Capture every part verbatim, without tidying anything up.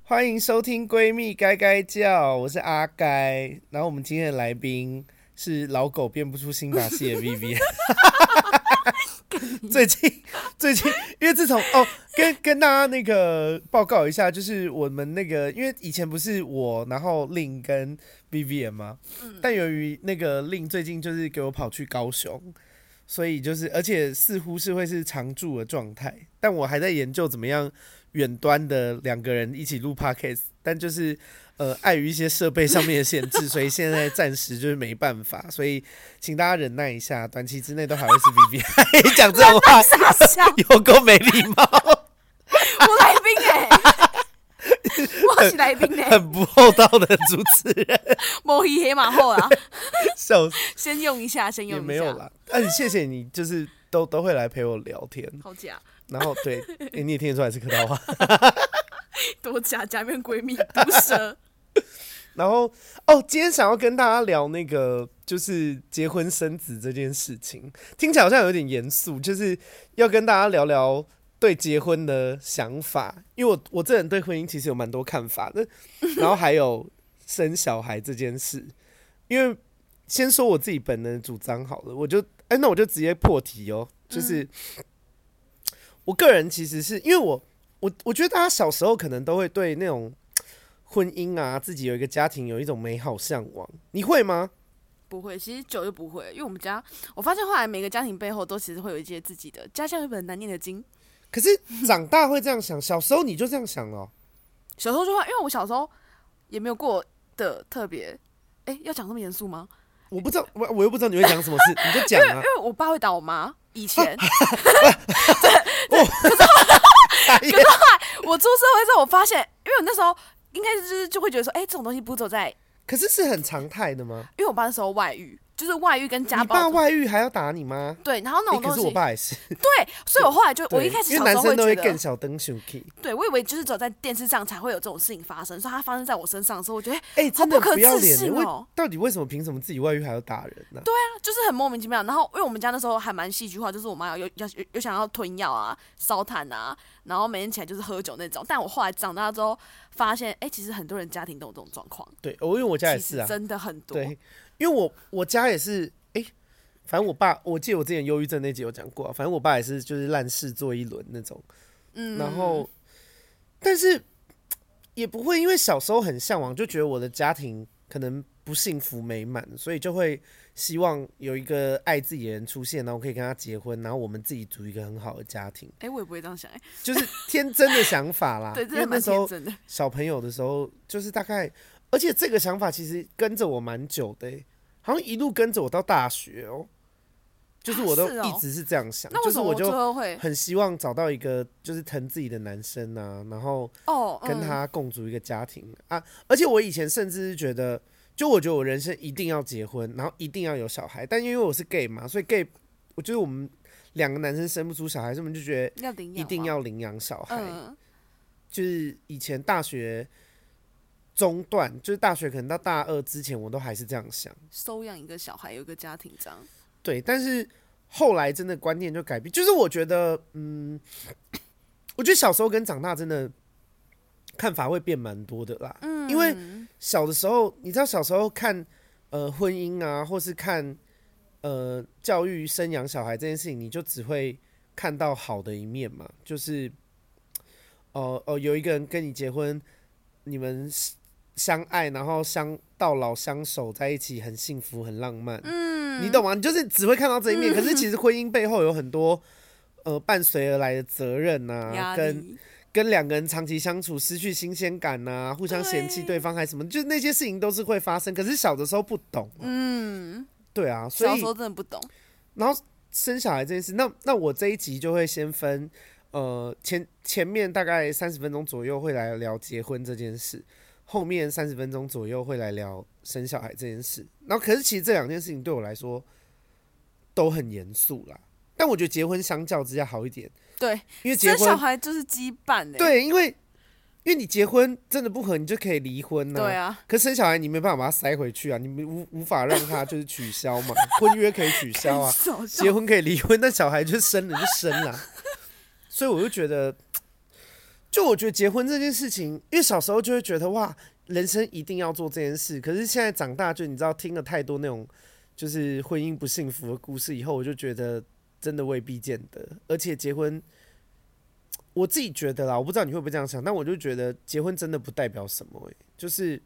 欢迎收听闺蜜该该叫，我是阿该。然后我们今天的来宾是老狗变不出新把戏的 Vivian。最近最近，因为自从哦，跟跟大家那个报告一下，就是我们那个，因为以前不是我，然后令跟 Vivian 吗？嗯、但由于那个令最近就是给我跑去高雄，所以就是而且似乎是会是常驻的状态，但我还在研究怎么样远端的两个人一起录 podcast， 但就是呃碍于一些设备上面的限制，所以现在暂时就是没办法，所以请大家忍耐一下，短期之内都还会是 Vivian 讲这种话，有够没礼貌。 我来宾哎、欸，我是来宾哎、欸， 很不厚道的主持人， 摸黑黑马后啊， 笑死， 先用一下，先用一下， 也没有啦。但、啊、谢谢你，就是都都会来陪我聊天， 好假。 然后对、欸，你也听得出来是客套话， 多假，假面闺蜜毒舌。 然后哦，今天想要跟大家聊那个就是结婚生子这件事情，听起来好像有点严肃，就是要跟大家聊聊对结婚的想法，因为我我这人对婚姻其实有蛮多看法的，然后还有生小孩这件事，因为先说我自己本人的主张好了，我就哎、欸，那我就直接破题哦，就是。嗯我个人其实是因为我我我觉得大家小时候可能都会对那种婚姻啊，自己有一个家庭有一种美好向往，你会吗？ 不会，其实久就不会，因为我们家我发现后来每个家庭背后都其实会有一些自己的家乡有本难念的经。 可是长大会这样想，小时候你就这样想了、哦？ 小时候就会，因为我小时候也没有过的特别，哎，要讲这么严肃吗？ 我不知道，我我又不知道你会讲什么事，你就讲啊。 因为因为我爸会打我妈，以前。 啊对，可是后来，可是后来我出社会之后，我发现，因为我那时候应该就是就会觉得说，哎、欸，这种东西不是走在， 可是是很常态的吗？ 因为我爸那时候外遇，就是外遇跟家暴。 你爸外遇还要打你吗？ 对，然后那种东西、 欸。可是我爸也是。 对，所以我后来就我一开始小时候会觉得，因为男生都会更小灯生气。 对，我以为就是只有在电视上才会有这种事情发生，所以它发生在我身上的时候，我觉得哎、欸，真的不要脸哦！ 到底为什么凭什么自己外遇还要打人呢、啊？ 对啊，就是很莫名其妙。然后因为我们家那时候还蛮戏剧化，就是我妈有有有想要吞药啊、烧炭啊，然后每天起来就是喝酒那种。但我后来长大之后发现，哎、欸，其实很多人家庭都有这种状况。 对，我因为我家也是啊， 真的很多。 对，因为我我家也是，哎、欸，反正我爸，我记得我之前忧郁症那集有讲过、啊，反正我爸也是就是烂事做一轮那种，嗯，然后但是也不会因为小时候很向往，就觉得我的家庭可能不幸福美满，所以就会希望有一个爱自己的人出现，然后可以跟他结婚，然后我们自己组一个很好的家庭。 哎、欸，我也不会这样想、欸， 就是天真的想法啦。 对，真的蛮天真的。 小朋友的时候，就是大概，而且这个想法其实跟着我蛮久的、欸，好像一路跟着我到大学哦、喔。就是我都一直是这样想， 啊哦、 就是我就很希望找到一个就是疼自己的男生啊，然后跟他共组一个家庭、嗯、啊。而且我以前甚至是觉得，就我觉得我人生一定要结婚，然后一定要有小孩。但因为我是 gay 嘛，所以 gay， 我觉得我们两个男生生不出小孩，所以我们就觉得一定要领养小孩。嗯、就是以前大学中段，就是大学可能到大二之前，我都还是这样想， 收养一个小孩，有一个家庭这样。 对，但是后来真的观念就改变，就是我觉得，嗯，我觉得小时候跟长大真的看法会变蛮多的啦。嗯，因为小的时候，你知道小时候看呃婚姻啊，或是看呃教育生养小孩这件事情，你就只会看到好的一面嘛，就是哦哦、呃呃、有一个人跟你结婚，你们相爱，然后相到老相守在一起，很幸福很浪漫。嗯，你懂吗？你就是只会看到这一面，嗯、可是其实婚姻背后有很多呃伴随而来的责任啊，跟跟两个人长期相处失去新鲜感啊，互相嫌弃对方还是什么，就是那些事情都是会发生。可是小的时候不懂、啊，嗯，对啊，所以小时候真的不懂。 然后生小孩这件事，那那我这一集就会先分呃前前面大概三十分钟左右会来聊结婚这件事。后面三十分钟左右会来聊生小孩这件事，然后可是其实这两件事情对我来说都很严肃啦，但我觉得结婚相较之下好一点， 对， 因为结婚生小孩就是羁绊、欸、 对，因为因为你结婚真的不合，你就可以离婚呐、啊， 对啊， 可是生小孩你没办法把它塞回去啊，你无无法让它就是取消嘛，婚约可以取消啊，结婚可以离婚，但小孩就生了就生了，所以我就觉得。 就我觉得结婚这件事情，因为小时候就会觉得哇，人生一定要做这件事，可是现在长大，就你知道听了太多那种就是婚姻不幸福的故事以后，我就觉得真的未必见得，而且结婚。我自己觉得啦，我不知道你会不会这样想，但我就觉得结婚真的不代表什么、欸，就是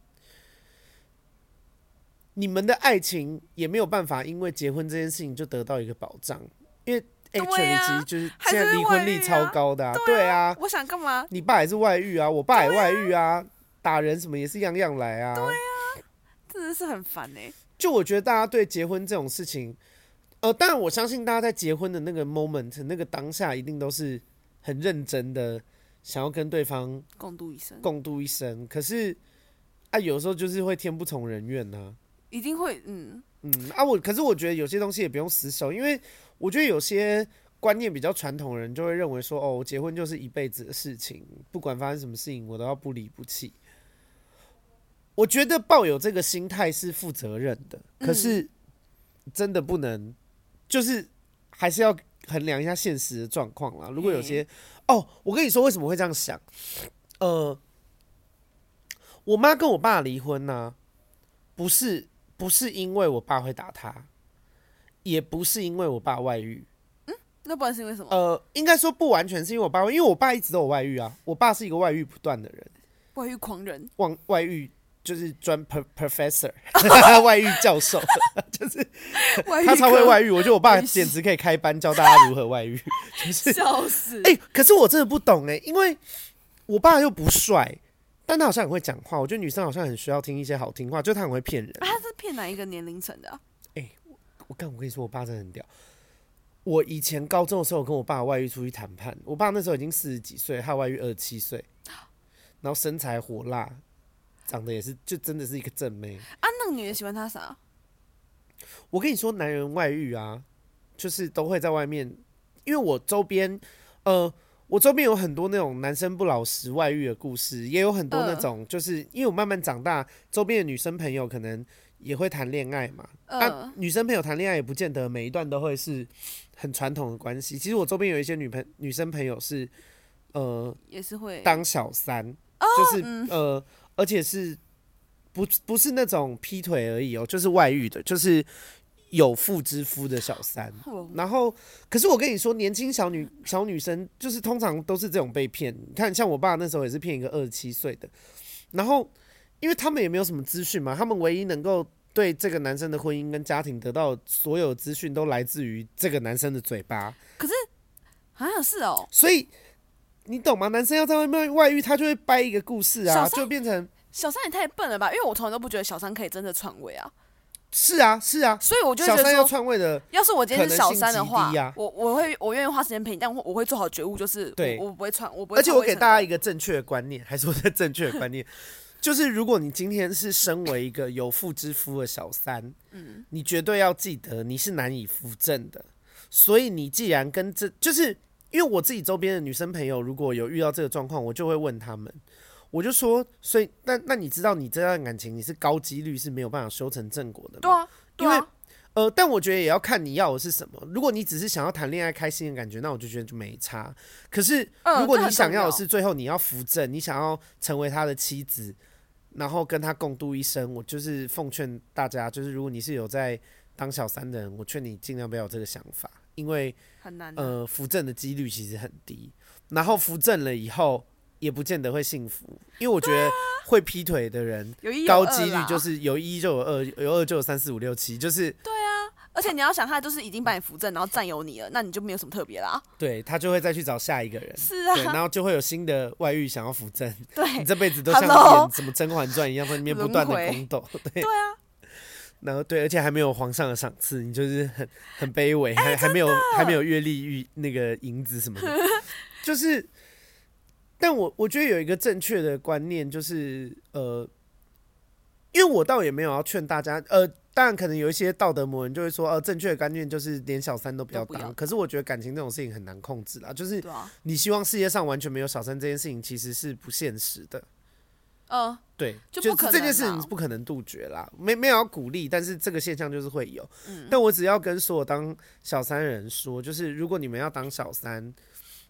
你们的爱情也没有办法因为结婚这件事情就得到一个保障，因为 actually、啊、其实就是现在离婚率超高的啊， 对啊， 对啊， 我想干嘛？ 你爸也是外遇啊，我爸也外遇啊，打人什么也是样样来啊， 对啊，真的是很烦哎、欸。 就我觉得大家对结婚这种事情，呃，当然我相信大家在结婚的那个 moment 那个当下一定都是。很认真的想要跟对方共度一生， 共度一生。可是啊，有时候就是会天不从人愿呐、啊， 一定会，嗯嗯啊，我可是我觉得有些东西也不用死守，因为我觉得有些观念比较传统的人就会认为说，哦，结婚就是一辈子的事情，不管发生什么事情，我都要不离不弃。我觉得抱有这个心态是负责任的，可是真的不能，就是还是要。衡量一下现实的状况啦。如果有些、嗯、哦，我跟你说为什么会这样想？呃，我妈跟我爸离婚呢、啊，不是不是因为我爸会打他，也不是因为我爸外遇。 嗯，那不然是因为什么？ 呃，应该说不完全是因为我爸，因为我爸一直都有外遇啊。我爸是一个外遇不断的人， 外遇狂人， 外外遇。就是专 professor 外遇教授，就是他超会外遇，我觉得我爸简直可以开班教大家如何外遇，就是笑死。 哎、欸，可是我真的不懂哎、欸，因为我爸又不帅，但他好像很会讲话，我觉得女生好像很需要听一些好听话，就他很会骗人。 啊、他是骗哪一个年龄层的、啊？ 哎、欸，我干，我跟你说，我爸真的很屌。我以前高中的时候，我跟我爸外遇出去谈判，我爸那时候已经四十几岁，他外遇二十七岁，然后身材火辣。长得也是，就真的是一个正妹啊！那个女人喜欢他啥？ 我跟你说，男人外遇啊，就是都会在外面，因为我周边，呃，我周边有很多那种男生不老实外遇的故事，也有很多那种，就是因为我慢慢长大，周边的女生朋友可能也会谈恋爱嘛。呃、啊，女生朋友谈恋爱也不见得每一段都会是很传统的关系。其实我周边有一些女朋女生朋友是，呃， 也是会当小三， 哦、 就是、 嗯、 呃。而且是不不是那种劈腿而已哦，就是外遇的，就是有妇之夫的小三。然后，可是我跟你说，年轻小女小女生就是通常都是这种被骗。你看，像我爸那时候也是骗一个二十七岁的。然后，因为他们也没有什么资讯嘛，他们唯一能够对这个男生的婚姻跟家庭得到所有资讯，都来自于这个男生的嘴巴。 可是好像是哦， 所以。你懂吗？男生要在外面外遇，他就会掰一个故事啊，就变成小三也太笨了吧？因为我从来都不觉得小三可以真的篡位啊。 是啊，是啊， 所以我就觉得说， 小三要篡位的， 要是我今天是小三的话， 啊、 我我会我愿意花时间陪你，但我会做好觉悟，就是对我, 我不会篡，我不会。 而且我给大家一个正确的观念，还是我的正确的观念，就是如果你今天是身为一个有妇之夫的小三，嗯，你绝对要记得你是难以扶正的，所以你既然跟这就是。因为我自己周边的女生朋友，如果有遇到这个状况，我就会问他们，我就说，所以那那你知道你这段感情你是高几率是没有办法修成正果的吗？ 对啊，对啊。 因为呃，但我觉得也要看你要的是什么。如果你只是想要谈恋爱开心的感觉，那我就觉得就没差。可是如果你想要的是最后你要扶正，你想要成为他的妻子，然后跟他共度一生，我就是奉劝大家，就是如果你是有在当小三的人，我劝你尽量不要有这个想法。因为很难、啊、 呃，扶正的几率其实很低，然后扶正了以后也不见得会幸福，因为我觉得会劈腿的人，高几率就是有一就有二，有二就有三四五六七，就是对啊，而且你要想他就是已经把你扶正，然后占有你了，那你就没有什么特别啦。 对，他就会再去找下一个人， 是啊， 对，然后就会有新的外遇想要扶正， 对， 你这辈子都像演什么《甄嬛传》一样，在那边不断的宫斗，对， 对啊。 然后对，而且还没有皇上的赏赐，你就是很很卑微， 欸、 还还没有还没有月历玉那个银子什么的，就是。但我我觉得有一个正确的观念，就是呃，因为我倒也没有要劝大家，呃，当然可能有一些道德魔人就会说，呃，正确的观念就是连小三都不要当。要可是我觉得感情这种事情很难控制啦，就是你希望世界上完全没有小三这件事情，其实是不现实的。 呃， 对， 就不可能、 就是这件事情是不可能杜绝啦，没没有要鼓励，但是这个现象就是会有。 嗯、 但我只要跟所有当小三的人说，就是如果你们要当小三，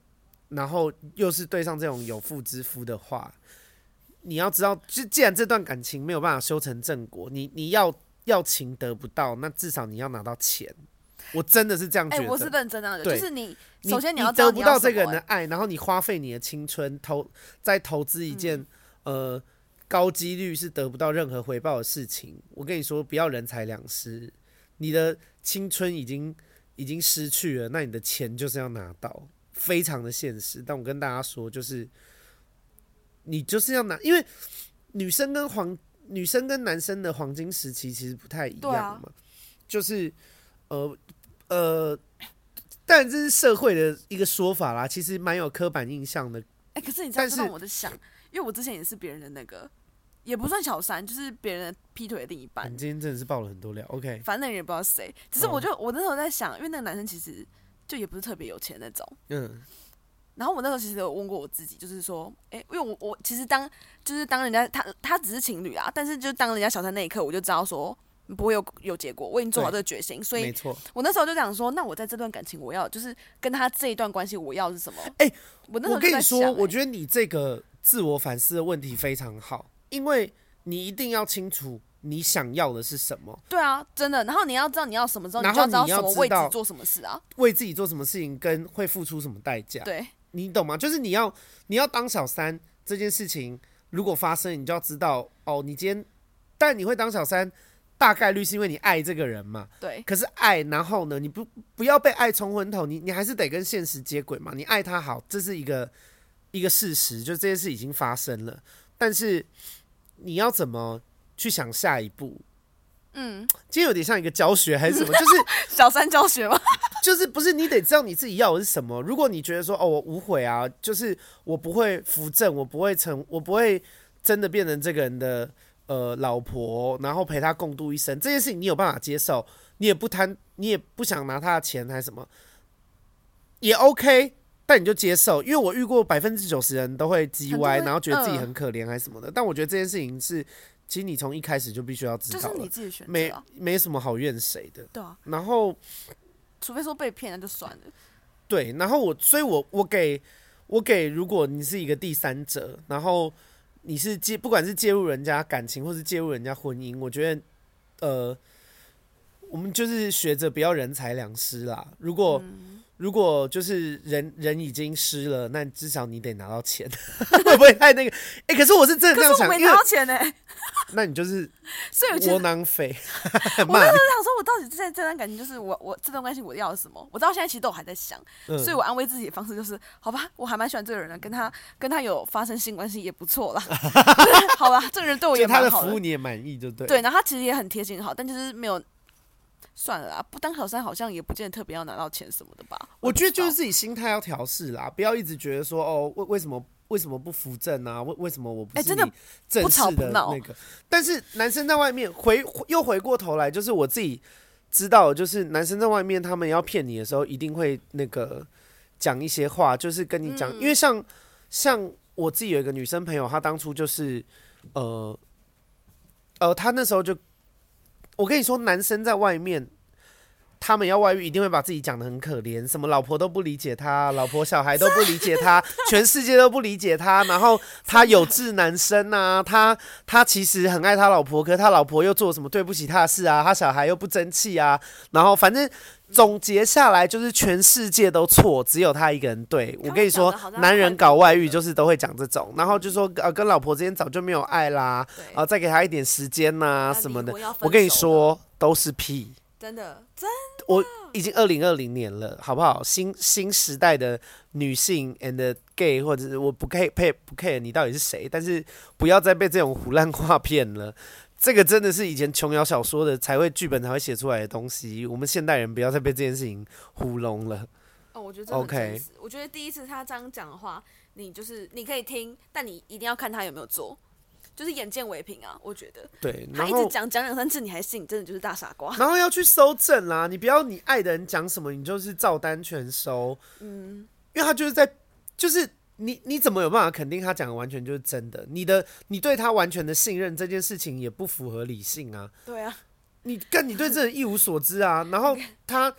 然后又是对上这种有妇之夫的话，你要知道，就既然这段感情没有办法修成正果，你你要要情得不到，那至少你要拿到钱。我真的是这样觉得。 哎、欸，我是认真的，就是你首先你要知道你得不到这个人欸、 的爱，然后你花费你的青春投在投资一件、嗯、呃高几率是得不到任何回报的事情。我跟你说，不要人财两失，你的青春已经已经失去了，那你的钱就是要拿到，非常的现实。但我跟大家说，就是你就是要拿，因为女生跟黄女生跟男生的黄金时期其实不太一样嘛，啊、就是呃呃，但这是社会的一个说法啦，其实蛮有刻板印象的。 哎、欸，可是你知道这让我在想，因为我之前也是别人的那个，也不算小三，就是别人的劈腿的另一半。 你今天真的是爆了很多料 ，OK？ 反正那人也不知道谁，只是我就、哦、我那时候在想，因为那个男生其实就也不是特别有钱那种，嗯。然后我那时候其实有问过我自己，就是说，哎、欸，因为我我其实当就是当人家他他只是情侣啊，但是就当人家小三那一刻，我就知道说不会有有结果，我已经做好这个决心，所以我那时候就想说，那我在这段感情，我要就是跟他这一段关系，我要是什么？ 哎、欸， 我那时候就在想、欸、我跟你说，我觉得你这个自我反思的问题非常好，因为你一定要清楚你想要的是什么。 对啊，真的。然后你要知道你要什么之后，你就要知道什么位置做什么事啊， 为自己做什么事情，跟会付出什么代价。 对。 你懂吗？就是你要你要当小三这件事情，如果发生，你就要知道哦，你今天，但你会当小三，大概率是因为你爱这个人嘛。 对。 可是爱，然后呢，你不不要被爱冲昏头，你你还是得跟现实接轨嘛。你爱他好，这是一个一个事实，就这件事已经发生了。但是你要怎么去想下一步？嗯，今天有点像一个教学还是什么，就是小三教学吗？ 就是不是你得知道你自己要的是什么。如果你觉得说哦，我无悔啊，就是我不会扶正，我不会成，我不会真的变成这个人的呃老婆，然后陪他共度一生，这件事情你有办法接受，你也不贪，你也不想拿他的钱还是什么，也 OK， 但你就接受。因为我遇过百分之九十人都会叽歪，然后觉得自己很可怜还是什么的、呃。但我觉得这件事情是，其实你从一开始就必须要知道了， 就是你自己的选择、 啊，没没什么好怨谁的。 对啊， 然后。 除非说被骗，那就算了。 对，然后我，所以我我给我给，如果你是一个第三者，然后你是介，不管是介入人家感情，或是介入人家婚姻，我觉得，呃，我们就是学着不要人财两失啦。如果、嗯、如果就是人人已经失了，那至少你得拿到钱，会不会太那个？哎、欸，可是我是真的这样想， 可是我没拿到钱呢、欸。 那你就是窝囊废。 我那时候想说，我到底在这段感情，就是我我这段关系我要什么？我到现在其实都还在想、嗯，所以我安慰自己的方式就是，好吧，我还蛮喜欢这个人的，跟他跟他有发生性关系也不错啦。好吧，这个人对我也蛮好的， 他的服务你也满意，就对。 对，然后他其实也很贴心好，但就是没有。算了啦，不当小三好像也不见得特别要拿到钱什么的吧。 我, 我觉得就是自己心态要调试啦，不要一直觉得说哦，为为什么为什么不扶正啊？为为什么我不是你正式的那个？欸、但是男生在外面回又回过头来，就是我自己知道，就是男生在外面他们要骗你的时候，一定会那个讲一些话，就是跟你讲、嗯，因为像像我自己有一个女生朋友，她当初就是呃呃，她那时候就。我跟你说，男生在外面，他们要外遇，一定会把自己讲得很可怜，什么老婆都不理解他，老婆小孩都不理解他，全世界都不理解他，然后他有志男生啊，他他其实很爱他老婆，可是他老婆又做什么对不起他的事啊，他小孩又不争气啊，然后反正总结下来就是全世界都错，只有他一个人对。我跟你说，男人搞外遇就是都会讲这种，然后就说呃跟老婆之间早就没有爱啦，然后再给他一点时间呐、啊、什么的。我跟你说，都是屁。 真的，真的， 我已经二零二零年了，好不好？新新时代的女性 and gay， 或者是我不 care 不 care 你到底是谁，但是不要再被这种胡乱话骗了。这个真的是以前琼瑶小说的才会剧本才会写出来的东西，我们现代人不要再被这件事情糊弄了。 哦，我觉得这很真实。Okay. 我觉得第一次他这样讲的话，你就是你可以听，但你一定要看他有没有做。就是眼见为凭啊，我觉得。 对， 他一直讲讲两三次，你还信，真的就是大傻瓜。 然后要去收正啦，你不要你爱的人讲什么，你就是照单全收。嗯，因为他就是在，就是你你怎么有办法肯定他讲的完全就是真的？你的你对他完全的信任这件事情也不符合理性啊。 对啊， 你跟你对这人一无所知啊，然后他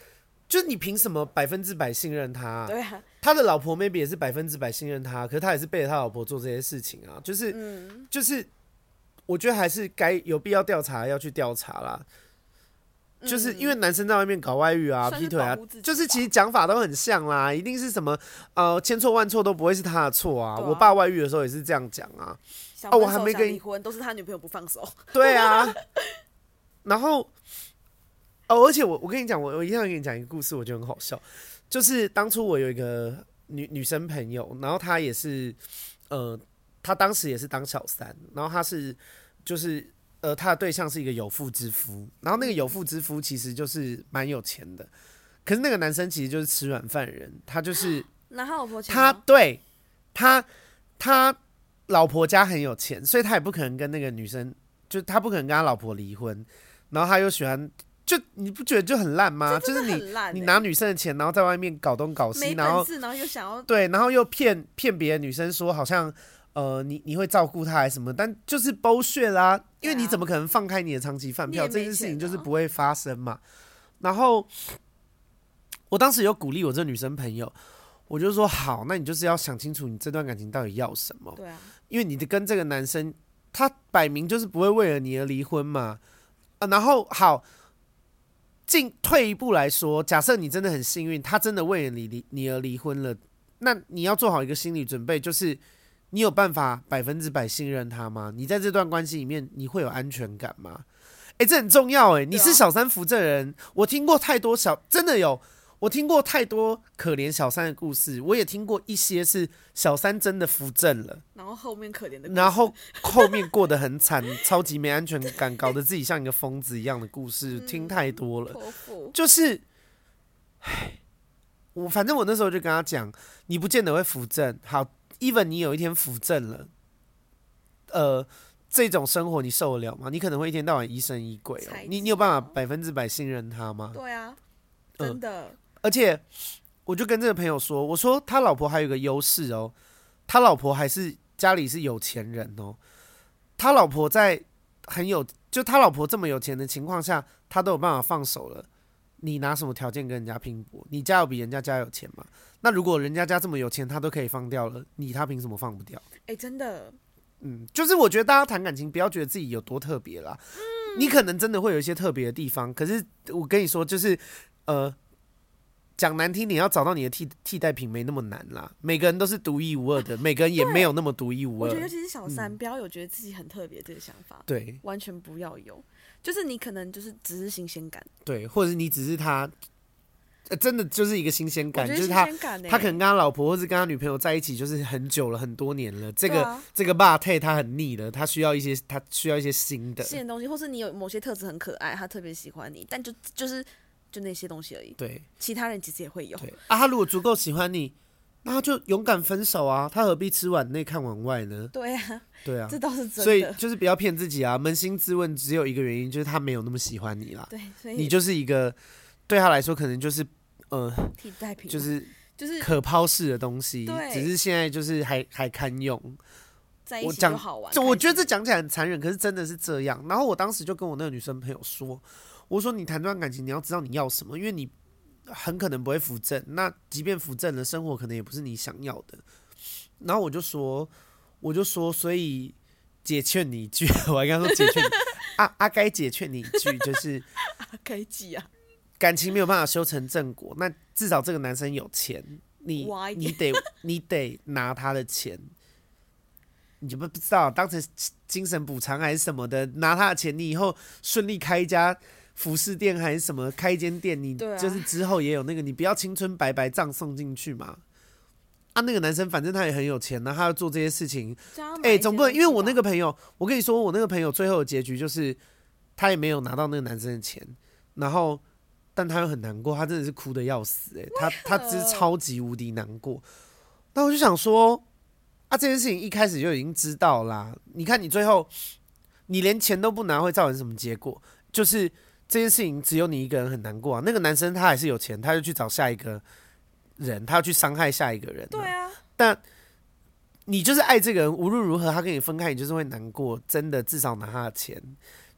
就是你凭什么百分之百信任他、啊？ 对啊， 他的老婆 maybe 也是百分之百信任他，可是他也是背着他老婆做这些事情啊，就是、嗯、就是，我觉得还是该有必要调查要去调查啦。就是因为男生在外面搞外遇啊、劈腿啊，就是其实讲法都很像啦，一定是什么呃千错万错都不会是他的错啊, 啊。我爸外遇的时候也是这样讲啊。 哦，我还没跟离婚，都是他女朋友不放手。 对啊，然后。哦，而且我我跟你讲，我我一定要跟你讲一个故事，我觉得很好笑。就是当初我有一个女女生朋友，然后她也是，呃，她当时也是当小三，然后她是就是呃，她的对象是一个有妇之夫，然后那个有妇之夫其实就是蛮有钱的，可是那个男生其实就是吃软饭人，他就是拿他老婆钱， 他对他他老婆家很有钱，所以他也不可能跟那个女生，就他不可能跟他老婆离婚，然后他又喜欢。就你不觉得就很烂吗？ 就是你你拿女生的钱，然后在外面搞东搞西， 然后然后又想要对，然后又骗骗别的女生说好像呃你你会照顾她还是什么，但就是 bullshit 啦，因为你怎么可能放开你的长期饭票？这件事情就是不会发生嘛。然后我当时有鼓励我这女生朋友，我就说好，那你就是要想清楚你这段感情到底要什么。 对啊， 因为你的跟这个男生，他摆明就是不会为了你而离婚嘛。啊，然后好。进退一步来说，假设你真的很幸运，他真的为了你你而离婚了，那你要做好一个心理准备，就是你有办法百分之百信任他吗？你在这段关系里面，你会有安全感吗？哎、欸，这很重要哎、欸！你是小三扶正人，我听过太多小，真的有。我听过太多可怜小三的故事，我也听过一些是小三真的扶正了， 然后后面可怜的故事， 然后后面过得很惨，超级没安全感，搞得自己像一个疯子一样的故事，嗯、听太多了。就是，我反正我那时候就跟他讲，你不见得会扶正，好 ，even 你有一天扶正了，呃，这种生活你受得了吗？你可能会一天到晚疑神疑鬼哦，你你有办法百分之百信任他吗？ 对啊，真的。嗯而且，我就跟这个朋友说，我说他老婆还有一个优势哦，他老婆还是家里是有钱人哦，他老婆在很有，就他老婆这么有钱的情况下，他都有办法放手了。你拿什么条件跟人家拼搏？你家有比人家家有钱吗？那如果人家家这么有钱，他都可以放掉了，你他凭什么放不掉？ 哎、欸，真的， 嗯，就是我觉得大家谈感情不要觉得自己有多特别啦、嗯，你可能真的会有一些特别的地方，可是我跟你说，就是呃。讲难听，你要找到你的 替, 替代品没那么难啦。每个人都是独一无二的，每个人也没有那么独一无二。 我觉得尤其是小三，嗯、不要有觉得自己很特别这个想法， 对， 完全不要有。就是你可能就是只是新鲜感， 对，或者是你只是他，呃、真的就是一个新鲜感， 就是他他可能跟他老婆或是跟他女朋友在一起就是很久了，很多年了。这个、 啊、 这个霸退他很腻了，他需要一些他需要一些新的新的东西，或是你有某些特质很可爱，他特别喜欢你，但就就是。就那些东西而已。 对， 其他人其实也会有。 对啊，他如果足够喜欢你，那他就勇敢分手啊！他何必吃碗内看碗外呢？ 对啊， 对啊， 这倒是真的。 所以就是不要骗自己啊！扪心自问，只有一个原因，就是他没有那么喜欢你啦。 对，所以你就是一个对他来说，可能就是呃， 替代品， 就是就是可抛式的东西， 对， 只是现在就是还还堪用。 在一起就好玩。 我, 我觉得这讲起来很残忍，可是真的是这样。然后我当时就跟我那个女生朋友说：“我说你谈段感情，你要知道你要什么，因为你。”很可能不会扶正，那即便扶正了，生活可能也不是你想要的。然后我就说，我就说，所以姐劝你一句，我还跟他说姐劝你，阿阿该姐劝你一句，就是阿该姐啊， 感情没有办法修成正果，那至少这个男生有钱，你你得你得拿他的钱，你就不知道当成精神补偿还是什么的，拿他的钱，你以后顺利开一家。服饰店还是什么开一间店，你就是之后也有那个，你不要青春白白账送进去嘛。啊，那个男生反正他也很有钱呢，他要做这些事情，哎、欸，总不能因为我那个朋友，我跟你说，我那个朋友最后的结局就是他也没有拿到那个男生的钱，然后但他又很难过，他真的是哭得要死、欸，哎，他他真是超级无敌难过。那我就想说，啊，这件事情一开始就已经知道啦，你看你最后你连钱都不拿，会造成什么结果？就是这件事情只有你一个人很难过啊。那个男生他还是有钱，他就去找下一个人，他要去伤害下一个人、啊。 对啊。 但你就是爱这个人，无论如何他跟你分开，你就是会难过。真的，至少拿他的钱，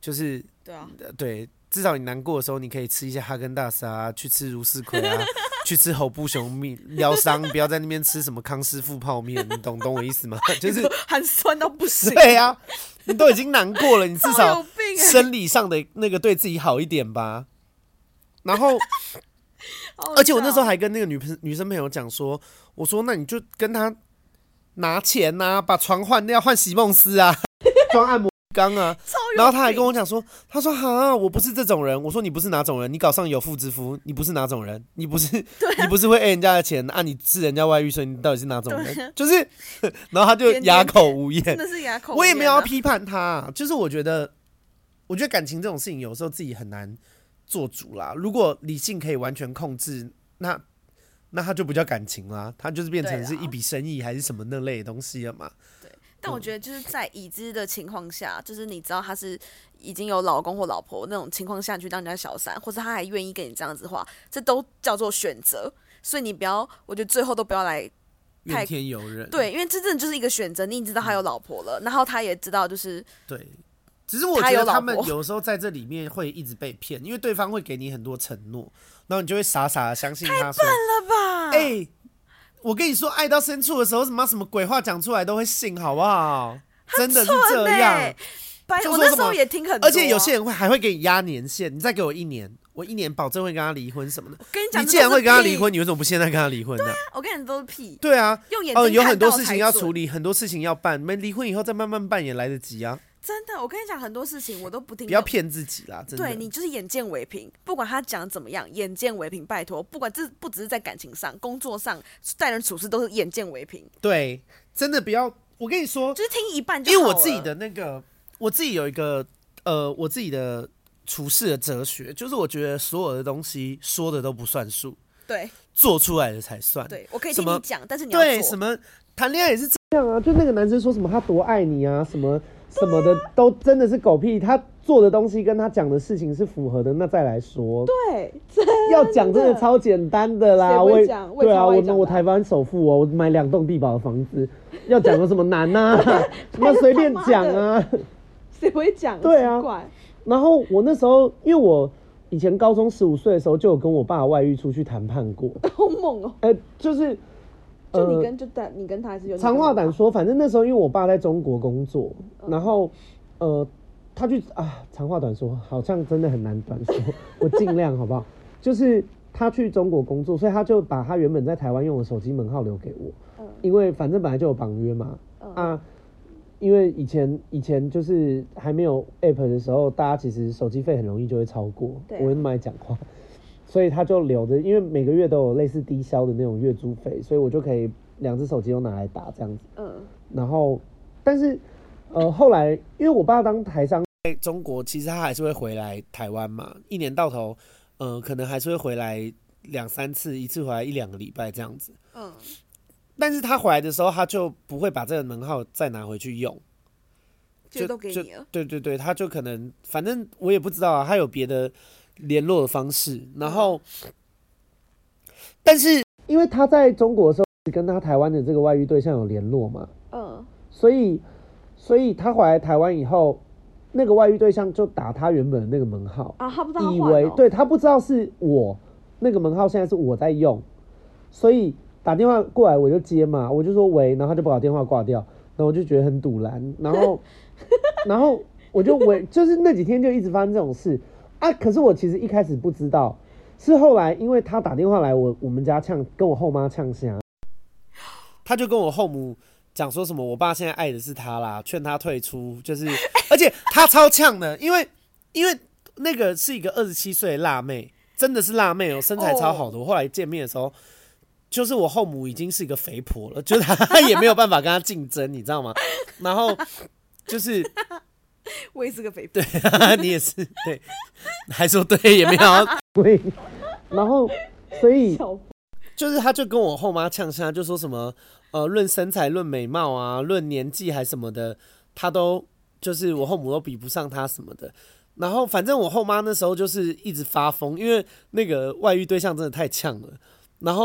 就是对啊， 对，至少你难过的时候，你可以吃一些哈根达斯啊，去吃如斯葵啊，去吃侯布熊面疗伤，不要在那边吃什么康师傅泡面，你懂懂我意思吗？就是很酸到不行。 对啊，你都已经难过了，你至少欸生理上的那个对自己好一点吧。然后，而且我那时候还跟那个女朋女生朋友讲说，我说那你就跟他拿钱啊，把床换掉，换席梦思啊，装按摩缸啊。然后他还跟我讲说，他说哈，我不是这种人。我说你不是哪种人？你搞上有妇之夫，你不是哪种人？你不是、啊、你不是会 A 人家的钱啊？你是人家外遇，所以你到底是哪种人？啊、就是，然后他就哑口无言， 真的是哑口无言、啊。 我也没有要批判他、啊，就是我觉得，我觉得感情这种事情有时候自己很难做主啦。如果理性可以完全控制，那那他就不叫感情啦，他就是变成是一笔生意还是什么那类的东西了嘛。 但我觉得就是在已知的情况下，就是你知道他是已经有老公或老婆那种情况下去当人家小三，或者他还愿意跟你这样子的话，这都叫做选择。所以你不要，我觉得最后都不要来太怨天尤人。 对，因为这真的就是一个选择。你已经知道他有老婆了，嗯、然后他也知道就是对。只是我觉得他们有时候在这里面会一直被骗，因为对方会给你很多承诺，然后你就会傻傻的相信他说。 太笨了吧？ 哎、欸。我跟你说，爱到深处的时候，什么什么鬼话讲出来都会信，好不好？真的是这样。 就我那时候也听很多、啊， 而且有些人会还会给你压年限，你再给我一年，我一年保证会跟他离婚什么的。 我跟你讲， 你既然会跟他离婚，你为什么不现在跟他离婚呢？ 对啊，我跟你讲都是屁。 对啊， 用眼睛看到才准、呃、 有很多事情要处理，很多事情要办，没离婚以后再慢慢办也来得及啊。 真的，我跟你讲，很多事情我都不听。 不要骗自己啦，真的。 对，你就是眼见为凭，不管他讲怎么样，眼见为凭，拜托，不管这不只是在感情上、工作上、待人处事都是眼见为凭。 对，真的不要。我跟你说， 就是听一半就好了。 因为我自己的那个，我自己有一个呃，我自己的处事的哲学，就是我觉得所有的东西说的都不算数， 对， 做出来的才算。 对，我可以听你讲，但是你要做。 对，什么谈恋爱也是这样啊，就那个男生说什么他多爱你啊，什么。什么的都真的是狗屁，他做的东西跟他讲的事情是符合的，那再来说。 对， 要讲真的超简单的啦。 我会讲， 对啊，我我台湾首富哦，我买两栋地堡的房子，要讲有什么难啊？那随便讲啊， 谁会讲？ 对啊。然后我那时候，因为我以前高中十五岁的时候，就有跟我爸外遇出去谈判过。 好猛哦！ 呃，就是。 就你跟就但你跟他还是有长话短说，反正那时候因为我爸在中国工作，嗯、然后呃他去啊长话短说，好像真的很难短说，我尽量好不好？就是他去中国工作，所以他就把他原本在台湾用的手机门号留给我，嗯、因为反正本来就有绑约嘛，嗯、啊，因为以前以前就是还没有 app 的时候，大家其实手机费很容易就会超过，啊、我那么爱讲话。所以他就留着，因为每个月都有类似低消的那种月租费，所以我就可以两只手机都拿来打这样子。嗯，然后，但是，呃，后来因为我爸当台商在中国，其实他还是会回来台湾嘛，一年到头，呃，可能还是会回来两三次，一次回来一两个礼拜这样子。嗯，但是他回来的时候，他就不会把这个门号再拿回去用， 就都给你了。 对对对，他就可能，反正我也不知道啊，他有别的。联络的方式，然后，但是因为他在中国的时候跟他台湾的这个外遇对象有联络嘛，嗯，所以，所以他回来台湾以后，那个外遇对象就打他原本的那个门号啊，他不知道他换哦， 以为对他不知道是我那个门号现在是我在用，所以打电话过来我就接嘛，我就说喂，然后他就把我电话挂掉，然后我就觉得很堵然，然后，然后我就喂，就是那几天就一直发生这种事。啊！可是我其实一开始不知道，是后来因为他打电话来我我们家呛，跟我后妈呛下，他就跟我后母讲说什么，我爸现在爱的是他啦，劝他退出，就是，而且他超呛的，因为因为那个是一个二十七岁的辣妹，真的是辣妹哦，身材超好的。我后来见面的时候，就是我后母已经是一个肥婆了，就是他也没有办法跟他竞争，你知道吗？然后就是。 我也是个肥婆， 对啊，你也是，对，还说对也没有对，然后所以就是他就跟我后妈呛下，就说什么呃，论身材、论美貌啊、论年纪还什么的，他都就是我后母都比不上他什么的。然后反正我后妈那时候就是一直发疯，因为那个外遇对象真的太呛了。然后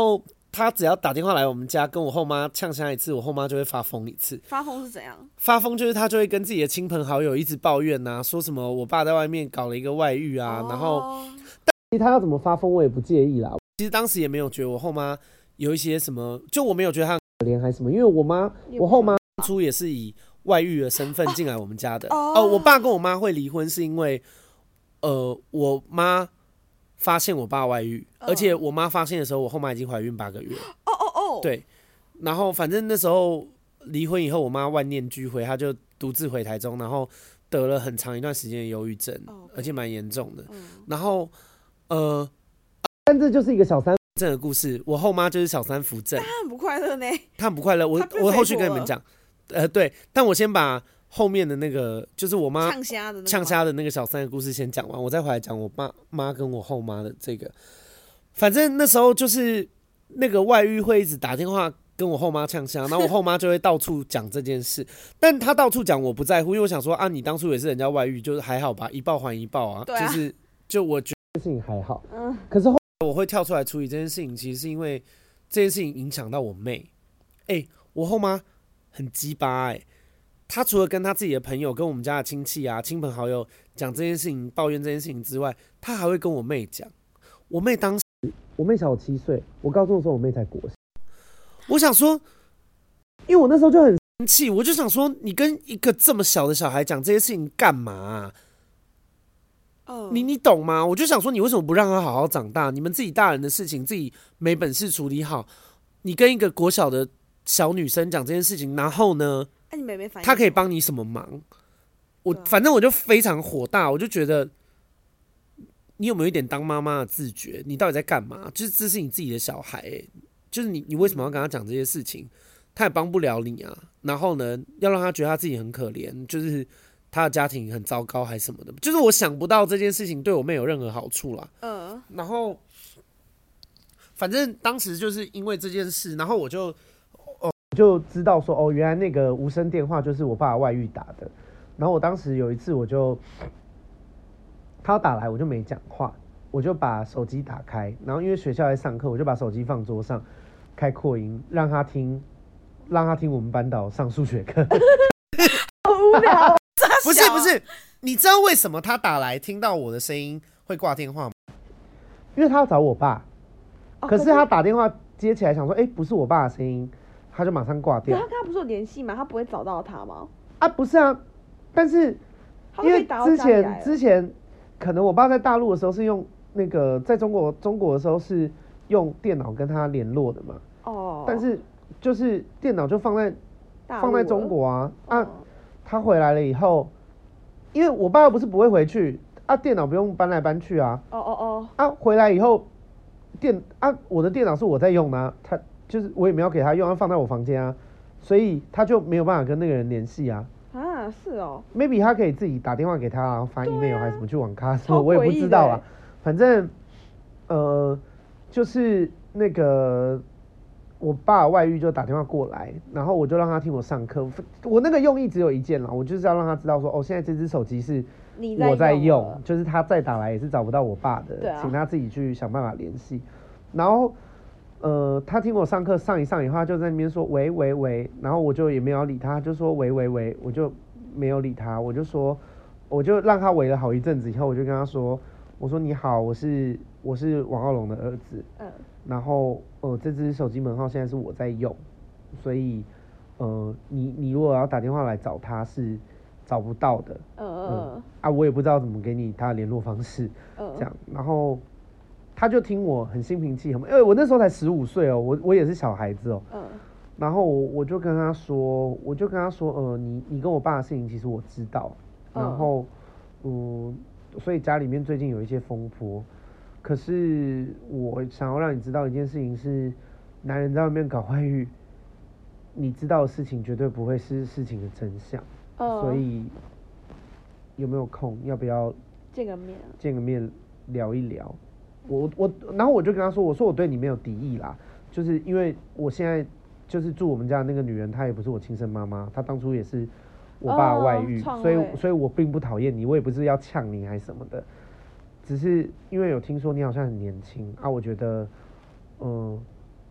他只要打电话来我们家跟我后妈呛下一次，我后妈就会发疯一次。 发疯是怎样？ 发疯就是他就会跟自己的亲朋好友一直抱怨啊，说什么我爸在外面搞了一个外遇啊，哦、然后其实他要怎么发疯我也不介意啦。其实当时也没有觉得我后妈有一些什么，就我没有觉得她很可怜还是什么，因为我妈我后妈当初也是以外遇的身份进来我们家的。哦、呃，我爸跟我妈会离婚是因为，呃，我妈发现我爸外遇，而且我妈发现的时候，我后妈已经怀孕八个月。 哦哦哦。 对，然后反正那时候离婚以后，我妈万念俱灰，她就独自回台中，然后得了很长一段时间的忧郁症， oh, okay. 而且蛮严重的。嗯、然后，呃，但这就是一个小三症的故事。我后妈就是小三扶正， 她很不快乐呢。 她很不快乐，我我后续跟你们讲。呃，对，但我先把后面的那个，就是我妈呛虾的呛虾的那个小三的故事先讲完，我再回来讲我爸妈跟我后妈的这个。反正那时候就是那个外遇会一直打电话跟我后妈呛虾，然后我后妈就会到处讲这件事，但她到处讲我不在乎，因为我想说啊，你当初也是人家外遇，就是还好吧，一报还一报啊， 啊就是就我觉得这件事情还好，嗯，可是后来我会跳出来处理这件事情，其实是因为这件事情影响到我妹，哎、欸，我后妈很鸡巴哎。他除了跟他自己的朋友、跟我们家的亲戚啊、亲朋好友讲这件事情、抱怨这件事情之外，他还会跟我妹讲。我妹当时，我妹小我七岁，我高中的时候我妹才国小。我想说，因为我那时候就很生气，我就想说，你跟一个这么小的小孩讲这些事情干嘛啊？哦、你你懂吗？我就想说，你为什么不让他好好长大？你们自己大人的事情自己没本事处理好，你跟一个国小的小女生讲这件事情，然后呢？ 啊、你妹妹反应他可以帮你什么忙？我反正我就非常火大，我就觉得你有没有一点当妈妈的自觉？你到底在干嘛？就是这是你自己的小孩、欸，就是你你为什么要跟他讲这些事情？他也帮不了你啊。然后呢，要让他觉得他自己很可怜，就是他的家庭很糟糕还是什么的。就是我想不到这件事情对我妹有任何好处啦。嗯、呃。然后，反正当时就是因为这件事，然后我就。就知道说哦，原来那个无声电话就是我爸外遇打的。然后我当时有一次，我就他要打来，我就没讲话，我就把手机打开，然后因为学校在上课，我就把手机放桌上，开扩音，让他听，让他听我们班导上数学课。 好无聊。 不是不是，你知道为什么他打来听到我的声音会挂电话吗？因为他要找我爸，可是他打电话接起来想说，哎、欸，不是我爸的声音。他就马上挂掉。 他跟他不是有联系吗？他不会找到他吗？ 啊，不是啊，但是因为之前之前可能我爸在大陆的时候是用那个，在中国中国的时候是用电脑跟他联络的嘛。哦。但是就是电脑就放在放在中国啊、哦、啊，他回来了以后，因为我爸又不是不会回去啊，电脑不用搬来搬去啊。哦哦哦。啊，回来以后电啊，我的电脑是我在用啊，他。就是我也没有给他用，他放在我房间啊，所以他就没有办法跟那个人联系啊。 啊，是哦。 maybe 他可以自己打电话给他，然后发 email 还是什么去网咖什么，我也不知道啊。反正呃，就是那个我爸外遇就打电话过来，然后我就让他听我上课。我那个用意只有一件啦，我就是要让他知道说，哦，现在这只手机是我在用，就是他再打来也是找不到我爸的，啊、请他自己去想办法联系。然后。呃，他听我上课上一上以后，他就在那边说喂喂喂，然后我就也没有理他，就说喂喂喂，我就没有理他，我就说，我就让他喂了好一阵子以后，我就跟他说，我说你好，我是我是王傲龙的儿子，嗯，然后呃这只手机门号现在是我在用，所以呃你你如果要打电话来找他是找不到的，嗯嗯、呃、啊我也不知道怎么给你他的联络方式，嗯这样，然后。他就听我很心平气和，因为我那时候才十五岁哦，我我也是小孩子哦。嗯。然后我我就跟他说，我就跟他说，呃，你你跟我爸的事情其实我知道，然后，嗯，所以家里面最近有一些风波，可是我想要让你知道一件事情是，男人在外面搞外遇，你知道的事情绝对不会是事情的真相。嗯。所以有没有空？要不要见个面？ 见个面聊一聊。我我然后我就跟他说，我说我对你没有敌意啦，就是因为我现在就是住我们家的那个女人，她也不是我亲生妈妈，她当初也是我爸的外遇，哦、所以所以我并不讨厌你，我也不是要呛你还是什么的，只是因为有听说你好像很年轻啊，我觉得嗯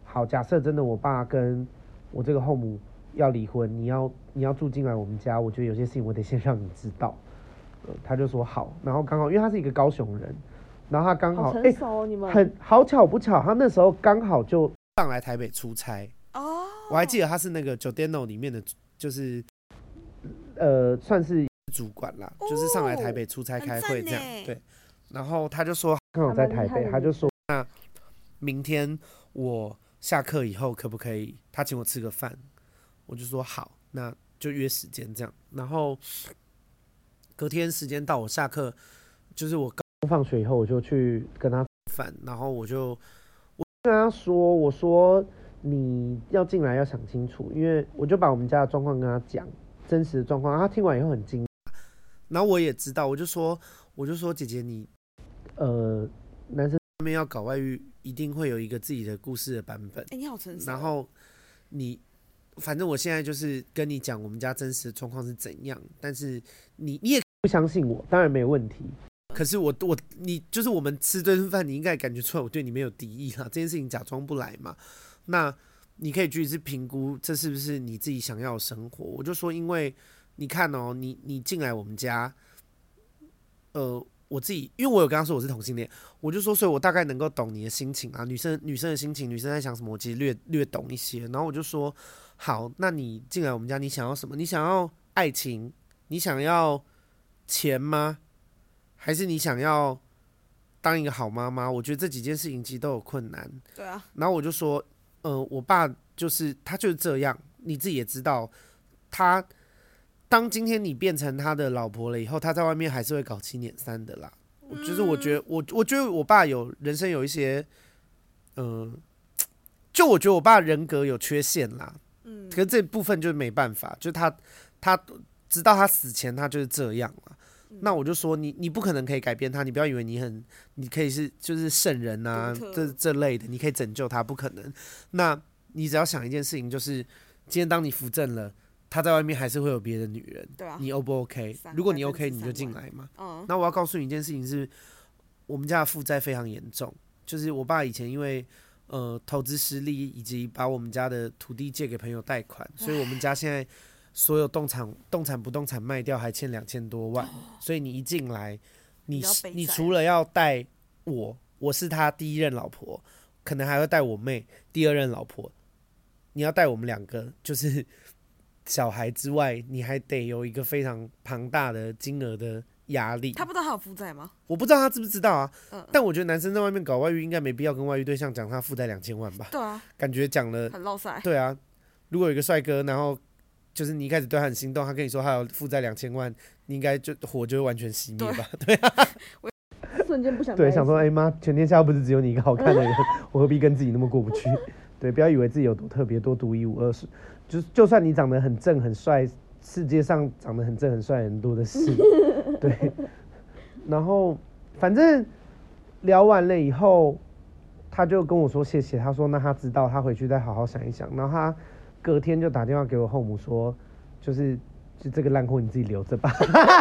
好，假设真的我爸跟我这个后母要离婚，你要你要住进来我们家，我觉得有些事情我得先让你知道。呃、他就说好，然后刚好因为他是一个高雄人，然后他刚好哎、哦，你们很好巧不巧，他那时候刚好就上来台北出差。 哦， 我还记得他是那个 Giordano 里面的，就是呃算是主管啦，哦、就是上来台北出差开会这样。对，然后他就说刚好在台北，他就说那明天我下课以后可不可以他请我吃个饭？我就说好，那就约时间这样。然后隔天时间到，我下课就是我刚放学以后，我就去跟他吃饭，然后我就我跟他说，我说你要进来要想清楚，因为我就把我们家的状况跟他讲，真实的状况，他听完以后很惊讶，然后我也知道，我就说我就说姐姐你呃男生那边要搞外遇，一定会有一个自己的故事的版本。 哎、欸，你好成熟。 然后你，反正我现在就是跟你讲我们家真实的状况是怎样，但是你你也不相信我，当然没问题。可是我我你就是我们吃这顿饭，你应该感觉出来我对你没有敌意啦，这件事情假装不来嘛。那你可以去是评估这是不是你自己想要的生活。我就说，因为你看哦，你你进来我们家，呃。我自己，因为我有跟他说我是同性恋，我就说，所以我大概能够懂你的心情啊，女生女生的心情，女生在想什么，我其实略略懂一些。然后我就说，好，那你进来我们家，你想要什么？你想要爱情？你想要钱吗？还是你想要当一个好妈妈？我觉得这几件事情其实都有困难。 对啊。 然后我就说，呃，我爸就是他就是这样，你自己也知道，他。当今天你变成他的老婆了以后，他在外面还是会搞七捻三的啦。嗯、就是我觉得我我觉得我爸有人生有一些，嗯、呃，就我觉得我爸人格有缺陷啦。嗯，可是这部分就是没办法，就是他他直到他死前他就是这样啦。嗯、那我就说你你不可能可以改变他，你不要以为你很你可以是就是圣人啊这这类的，你可以拯救他，不可能。那你只要想一件事情，就是今天当你扶正了。他在外面还是会有别的女人， 对啊， 你 O 不 OK？ 如果你 OK， 你就进来嘛。嗯，那我要告诉你一件事情是，我们家的负债非常严重，就是我爸以前因为呃投资失利，以及把我们家的土地借给朋友贷款，所以我们家现在所有动产、动产不动产卖掉还欠两千多万，所以你一进来，你你除了要带我，我是他第一任老婆，可能还会带我妹第二任老婆，你要带我们两个，就是。小孩之外，你还得有一个非常庞大的金额的压力。 他不知道他有负债吗？ 我不知道他知不知道啊。嗯、但我觉得男生在外面搞外遇，应该没必要跟外遇对象讲他负债两千万吧？ 对啊， 感觉讲了很落塞。 对啊，如果有一个帅哥，然后就是你一开始对他很心动，他跟你说他有负债两千万，你应该就火就会完全熄灭吧？对, 对啊， 瞬间不想对，想说哎妈，全天下不是只有你一个好看的人，我何必跟自己那么过不去？对，不要以为自己有多特别、多独一无二。就, 就算你长得很正很帅，世界上长得很正很帅很多的是，对。然后反正聊完了以后，他就跟我说谢谢，他说那他知道，他回去再好好想一想。然后他隔天就打电话给我后母说，就是就这个烂货你自己留着吧。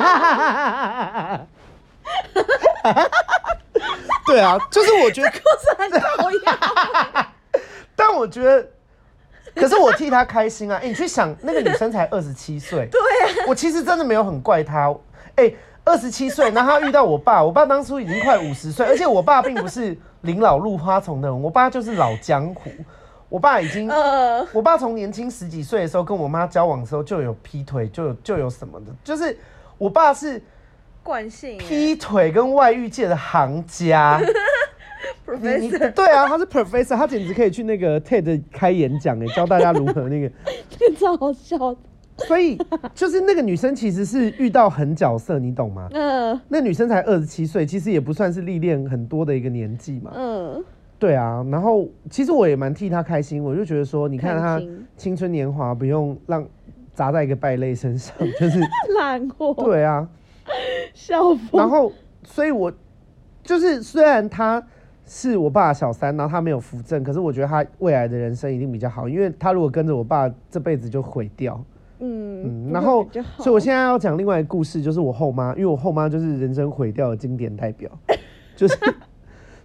对啊，就是我觉得故事很讨厌， 但我觉得。可是我替他开心啊！哎、欸，你去想，那个女生才二十七岁， 对啊， 我其实真的没有很怪她。哎、欸，二十七岁，然后她遇到我爸，我爸当初已经快五十岁，而且我爸并不是临老入花丛的人，我爸就是老江湖。我爸已经，呃、我爸从年轻十几岁的时候跟我妈交往的时候就有劈腿，就有就有什么的，就是我爸是惯性劈腿跟外遇界的行家。你你对啊，他是 professor， 他简直可以去那个 T E D 开演讲哎，教大家如何那个， 这个超好笑的。 所以就是那个女生其实是遇到狠角色，你懂吗？嗯、呃，那女生才二十七岁，其实也不算是历练很多的一个年纪嘛。嗯、呃，对啊。然后其实我也蛮替她开心，我就觉得说，你看她青春年华不用让砸在一个败类身上，就是烂货。 对啊， 笑疯。 然后，所以我就是虽然她。是我爸的小三，然后他没有扶正，可是我觉得他未来的人生一定比较好，因为他如果跟着我爸，这辈子就毁掉。嗯嗯，然后，所以我现在要讲另外一个故事，就是我后妈，因为我后妈就是人生毁掉的经典代表，就是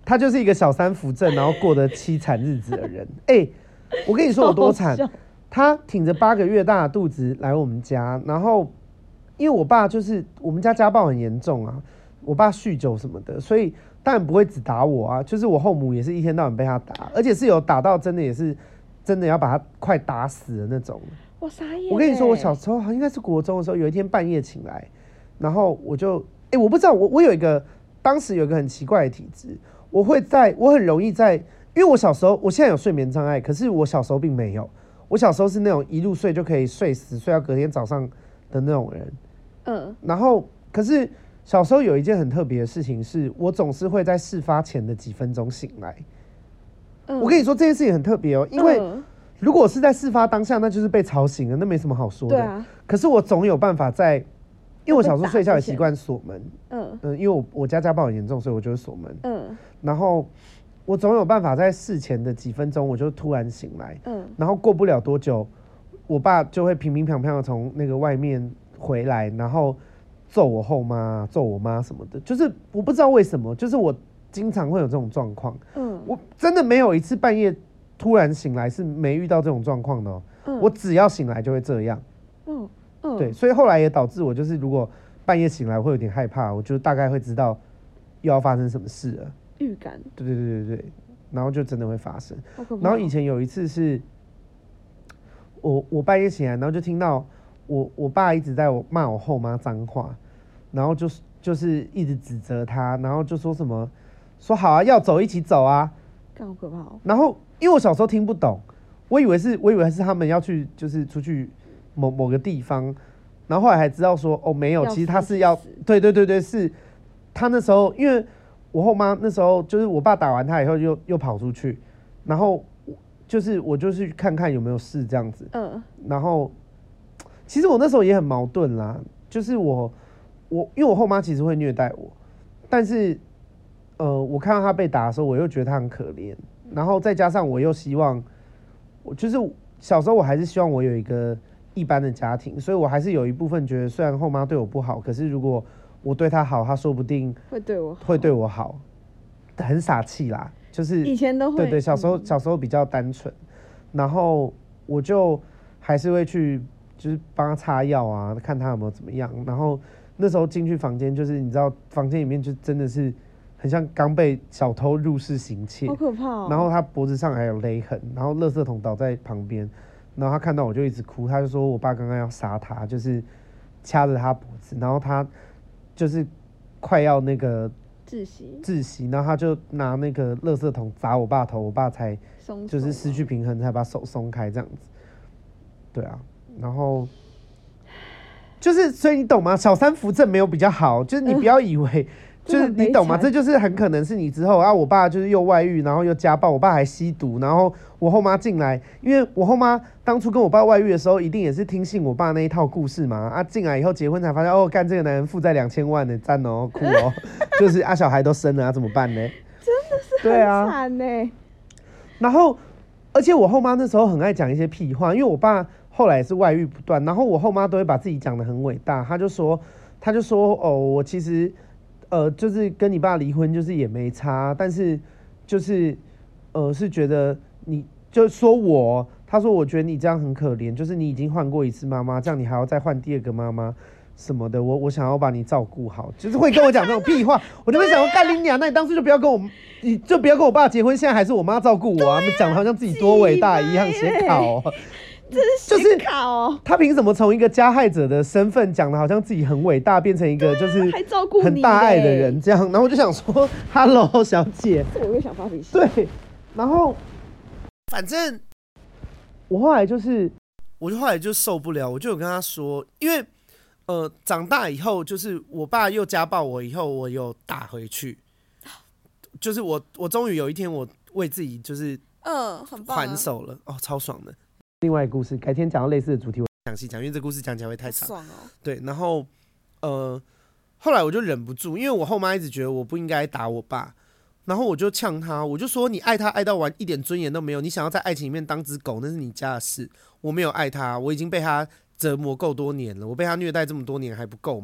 他就是一个小三扶正，然后过得凄惨日子的人。哎、欸，我跟你说有多惨，他挺着八个月大的肚子来我们家，然后因为我爸就是我们家家暴很严重啊，我爸酗酒什么的，所以当然不会只打我啊，就是我后母也是一天到晚被他打，而且是有打到真的也是真的要把他快打死的那种。 我傻眼、欸。 我跟你说，我小时候应该是国中的时候，有一天半夜醒来，然后我就哎、欸，我不知道我我有一个当时有一个很奇怪的体质，我会在我很容易在，因为我小时候我现在有睡眠障碍，可是我小时候并没有，我小时候是那种一入睡就可以睡死，睡到隔天早上的那种人。嗯，然后可是小时候有一件很特别的事情是，我总是会在事发前的几分钟醒来。嗯，我跟你说这件事情很特别哦，因为。嗯，如果是在事发当下，那就是被吵醒了，那没什么好说的。对啊。可是我总有办法在，因为我小时候睡觉也习惯锁门。嗯嗯，因为我我家家暴很严重，所以我就会锁门。嗯。然后我总有办法在事前的几分钟，我就突然醒来。嗯。然后过不了多久，我爸就会平平平平的从那个外面回来，然后揍我后妈、揍我妈什么的。就是我不知道为什么，就是我经常会有这种状况。嗯。我真的没有一次半夜。突然醒来是没遇到这种状况的哦、嗯，我只要醒来就会这样，嗯嗯，对，所以后来也导致我就是如果半夜醒来我会有点害怕，我就大概会知道又要发生什么事了， 预感， 对对对对对，然后就真的会发生。然后以前有一次是，我我半夜醒来，然后就听到我我爸一直在我骂我后妈脏话，然后就是就是一直指责他，然后就说什么说好啊，要走一起走啊， 干好可怕哦， 然后。因为我小时候听不懂，我以为是，我以为是他们要去，就是出去某某个地方，然后后来才知道说，哦，没有，其实他是要，对对对对，是他那时候，因为我后妈那时候就是我爸打完他以后又又跑出去，然后就是我就去看看有没有事这样子，嗯，然后其实我那时候也很矛盾啦，就是我我因为我后妈其实会虐待我，但是呃，我看到他被打的时候，我又觉得他很可怜。然后再加上我又希望，我就是小时候我还是希望我有一个一般的家庭，所以我还是有一部分觉得，虽然后妈对我不好，可是如果我对她好，她说不定会对我好会对我好，很傻气啦，就是以前都会对对，小时候、嗯、小时候比较单纯，然后我就还是会去就是帮她擦药啊，看她有没有怎么样，然后那时候进去房间，就是你知道房间里面就真的是。很像刚被小偷入室行窃， 好可怕哦！ 然后他脖子上还有勒痕，然后垃圾桶倒在旁边，然后他看到我就一直哭，他就说我爸刚刚要杀他，就是掐着他脖子，然后他就是快要那个窒息， 窒息，然后他就拿那个垃圾桶砸我爸头，我爸才就是失去平衡，才把手松开这样子。对啊，然后就是所以你懂吗？小三扶正没有比较好，就是你不要以为。嗯就是你懂吗？这就是很可能是你之后啊，我爸就是又外遇，然后又家暴，我爸还吸毒，然后我后妈进来，因为我后妈当初跟我爸外遇的时候，一定也是听信我爸那一套故事嘛。啊，进来以后结婚才发现，哦，干这个男人负债两千万呢，赞哦，酷哦，就是啊，小孩都生了，啊，怎么办呢？ 真的是很惨呢、啊。 然后，而且我后妈那时候很爱讲一些屁话，因为我爸后来也是外遇不断，然后我后妈都会把自己讲得很伟大，他就说，他就说，哦，我其实。呃，就是跟你爸离婚，就是也没差，但是就是，呃，是觉得你就说我，他说我觉得你这样很可怜，就是你已经换过一次妈妈，这样你还要再换第二个妈妈什么的，我我想要把你照顾好，就是会跟我讲这种屁话，我就会想说干你娘，那你当初就不要跟我，你就不要跟我爸结婚，现在还是我妈照顾我啊，他们讲的好像自己多伟大一样，写考、喔。 就是考， 他凭什么从一个加害者的身份讲的好像自己很伟大，变成一个就是很大爱的人这样？然后我就想说 ，Hello， 小姐， 我又想发脾气。 对，然后反正我后来就是，我就后来就受不了，我就有跟他说，因为呃长大以后，就是我爸又家暴我，以后我有打回去，就是我我终于有一天我为自己就是嗯很棒还手了，哦，超爽的。另外一个故事，改天讲到类似的主题，我详细讲，因为这故事讲起来会太长。 爽哦。 对，然后呃，后来我就忍不住，因为我后妈一直觉得我不应该打我爸，然后我就呛他，我就说你爱他爱到完一点尊严都没有，你想要在爱情里面当只狗，那是你家的事。我没有爱他，我已经被他折磨够多年了，我被他虐待这么多年还不够吗？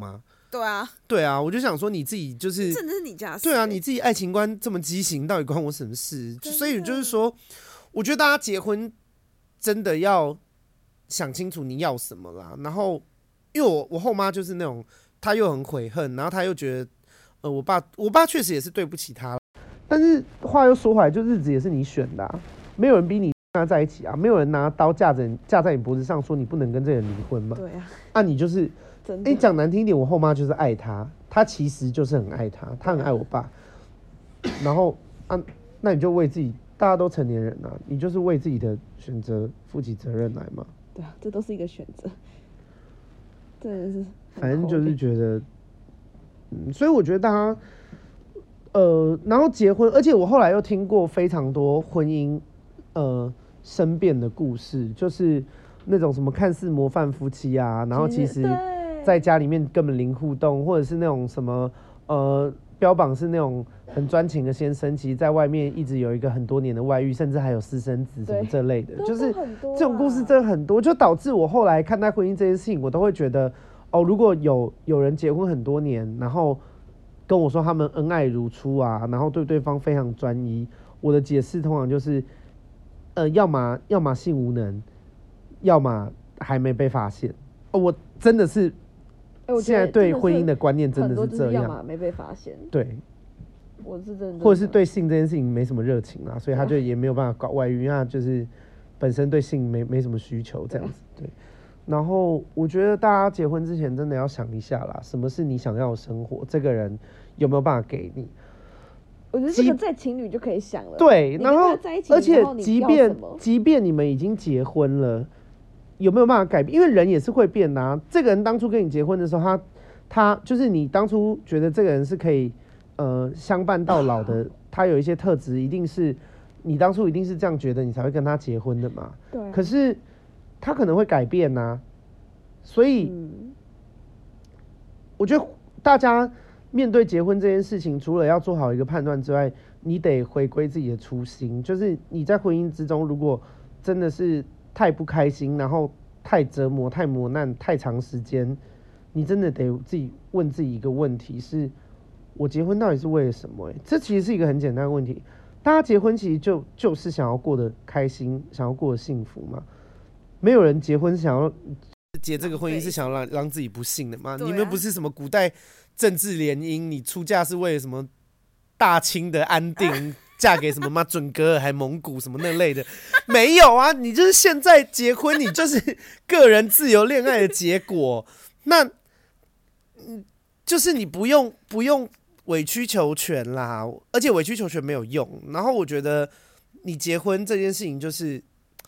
对啊， 对啊，我就想说你自己就是， 真的是你家事。 对啊，你自己爱情观这么畸形，到底关我什么事？所以就是说，我觉得大家结婚真的要想清楚你要什么啦。然后，因为我我后妈就是那种，她又很悔恨，然后她又觉得，呃，我爸我爸确实也是对不起她，但是话又说回来，就日子也是你选的、啊，没有人逼你跟他在一起啊，没有人拿刀架着架在你脖子上说你不能跟这个人离婚嘛。 对啊， 啊，你就是。哎，讲难听一点，我后妈就是爱他，他其实就是很爱他，他很爱我爸。然后啊，那你就为自己，大家都成年人了、啊，你就是为自己的选择负起责任来嘛。 对啊，这都是一个选择，真的是。 反正就是觉得，嗯，所以我觉得大家，呃，然后结婚，而且我后来又听过非常多婚姻，呃，生变的故事，就是那种什么看似模范夫妻啊，然后其实。在家里面根本零互动，或者是那种什么呃，标榜是那种很专情的先生，其实在外面一直有一个很多年的外遇，甚至还有私生子什么这类的，就是这种故事真的很多，就导致我后来看待婚姻这件事情，我都会觉得哦，如果有有人结婚很多年，然后跟我说他们恩爱如初啊，然后对对方非常专一，我的解释通常就是，呃，要么要么性无能，要么还没被发现。哦，我真的是。现在对婚姻的观念真的是这样， 要么没被发现， 对， 我是真的， 或者是对性这件事情没什么热情啦，所以他就也没有办法搞外遇，因为他就是本身对性没没什么需求这样子，对。然后我觉得大家结婚之前真的要想一下啦，什么是你想要的生活，这个人有没有办法给你？ 我觉得这个在情侣就可以想了， 对，然后而且即便即便你们已经结婚了。有没有办法改变？因为人也是会变的啊。这个人当初跟你结婚的时候，他他就是你当初觉得这个人是可以呃相伴到老的，他有一些特质，一定是你当初一定是这样觉得，你才会跟他结婚的嘛。 对。 可是他可能会改变呐、啊，所以、嗯、我觉得大家面对结婚这件事情，除了要做好一个判断之外，你得回归自己的初心，就是你在婚姻之中，如果真的是。太不开心，然后太折磨、太磨难、太长时间，你真的得自己问自己一个问题：是我结婚到底是为了什么？欸，这其实是一个很简单的问题。大家结婚其实就就是想要过得开心，想要过得幸福嘛。没有人结婚是想要结这个婚姻是想要让让自己不幸的嘛？啊、你们不是什么古代政治联姻，你出嫁是为了什么大清的安定？嫁给什么吗？准噶尔还蒙古什么那类的，没有啊！你就是现在结婚，你就是个人自由恋爱的结果。那，就是你不用不用委曲求全啦，而且委曲求全没有用。然后我觉得你结婚这件事情，就是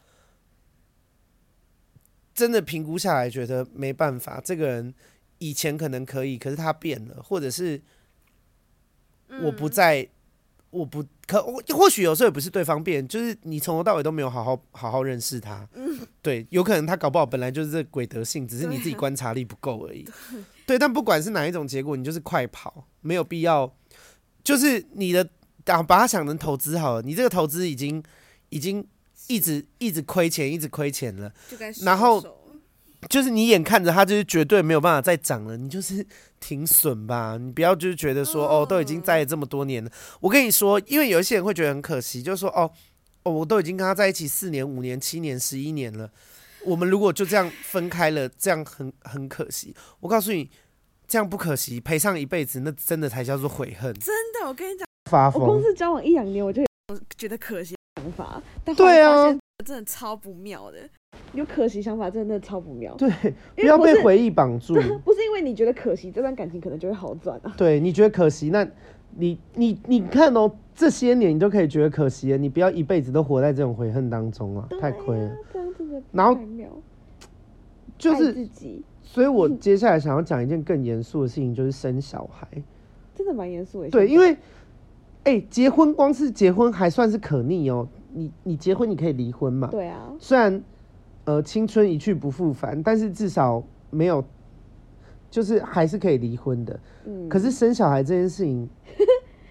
真的评估下来，觉得没办法，这个人以前可能可以，可是他变了，或者是我不再。我不可，或许有时候也不是对方变，就是你从头到尾都没有好好好好认识他。嗯、对，有可能他搞不好本来就是这鬼德性，只是你自己观察力不够而已。对, 对，但不管是哪一种结果，你就是快跑，没有必要。就是你的，把它想成投资好了，你这个投资已经已经一直一直亏钱，一直亏钱了，然后就是你眼看着它就是绝对没有办法再涨了，你就是停损吧，你不要就是觉得说哦，都已经在这么多年了。我跟你说，因为有一些人会觉得很可惜，就是说哦哦，我都已经跟他在一起四年、五年、七年、十一年了，我们如果就这样分开了，这样很很可惜。我告诉你，这样不可惜，赔上一辈子，那真的才叫做悔恨。 真的，我跟你讲， 发疯。 我光是交往一两年，我就觉得可惜想法， 但后来发现真的超不妙的。 有可惜想法真的超不妙， 对，不要被回忆绑住。 不是因为你觉得可惜，这段感情可能就会好转啊。 对，你觉得可惜，那你你你看哦，这些年你都可以觉得可惜了，你不要一辈子都活在这种悔恨当中啊，太亏了。 这样真的然后就是自己， 所以我接下来想要讲一件更严肃的事情，就是生小孩。 真的蛮严肃的。 对，因为哎、欸，结婚光是结婚还算是可逆哦，你你结婚你可以离婚嘛？ 对啊， 虽然。呃，青春一去不复返，但是至少没有，就是还是可以离婚的。嗯，可是生小孩这件事情，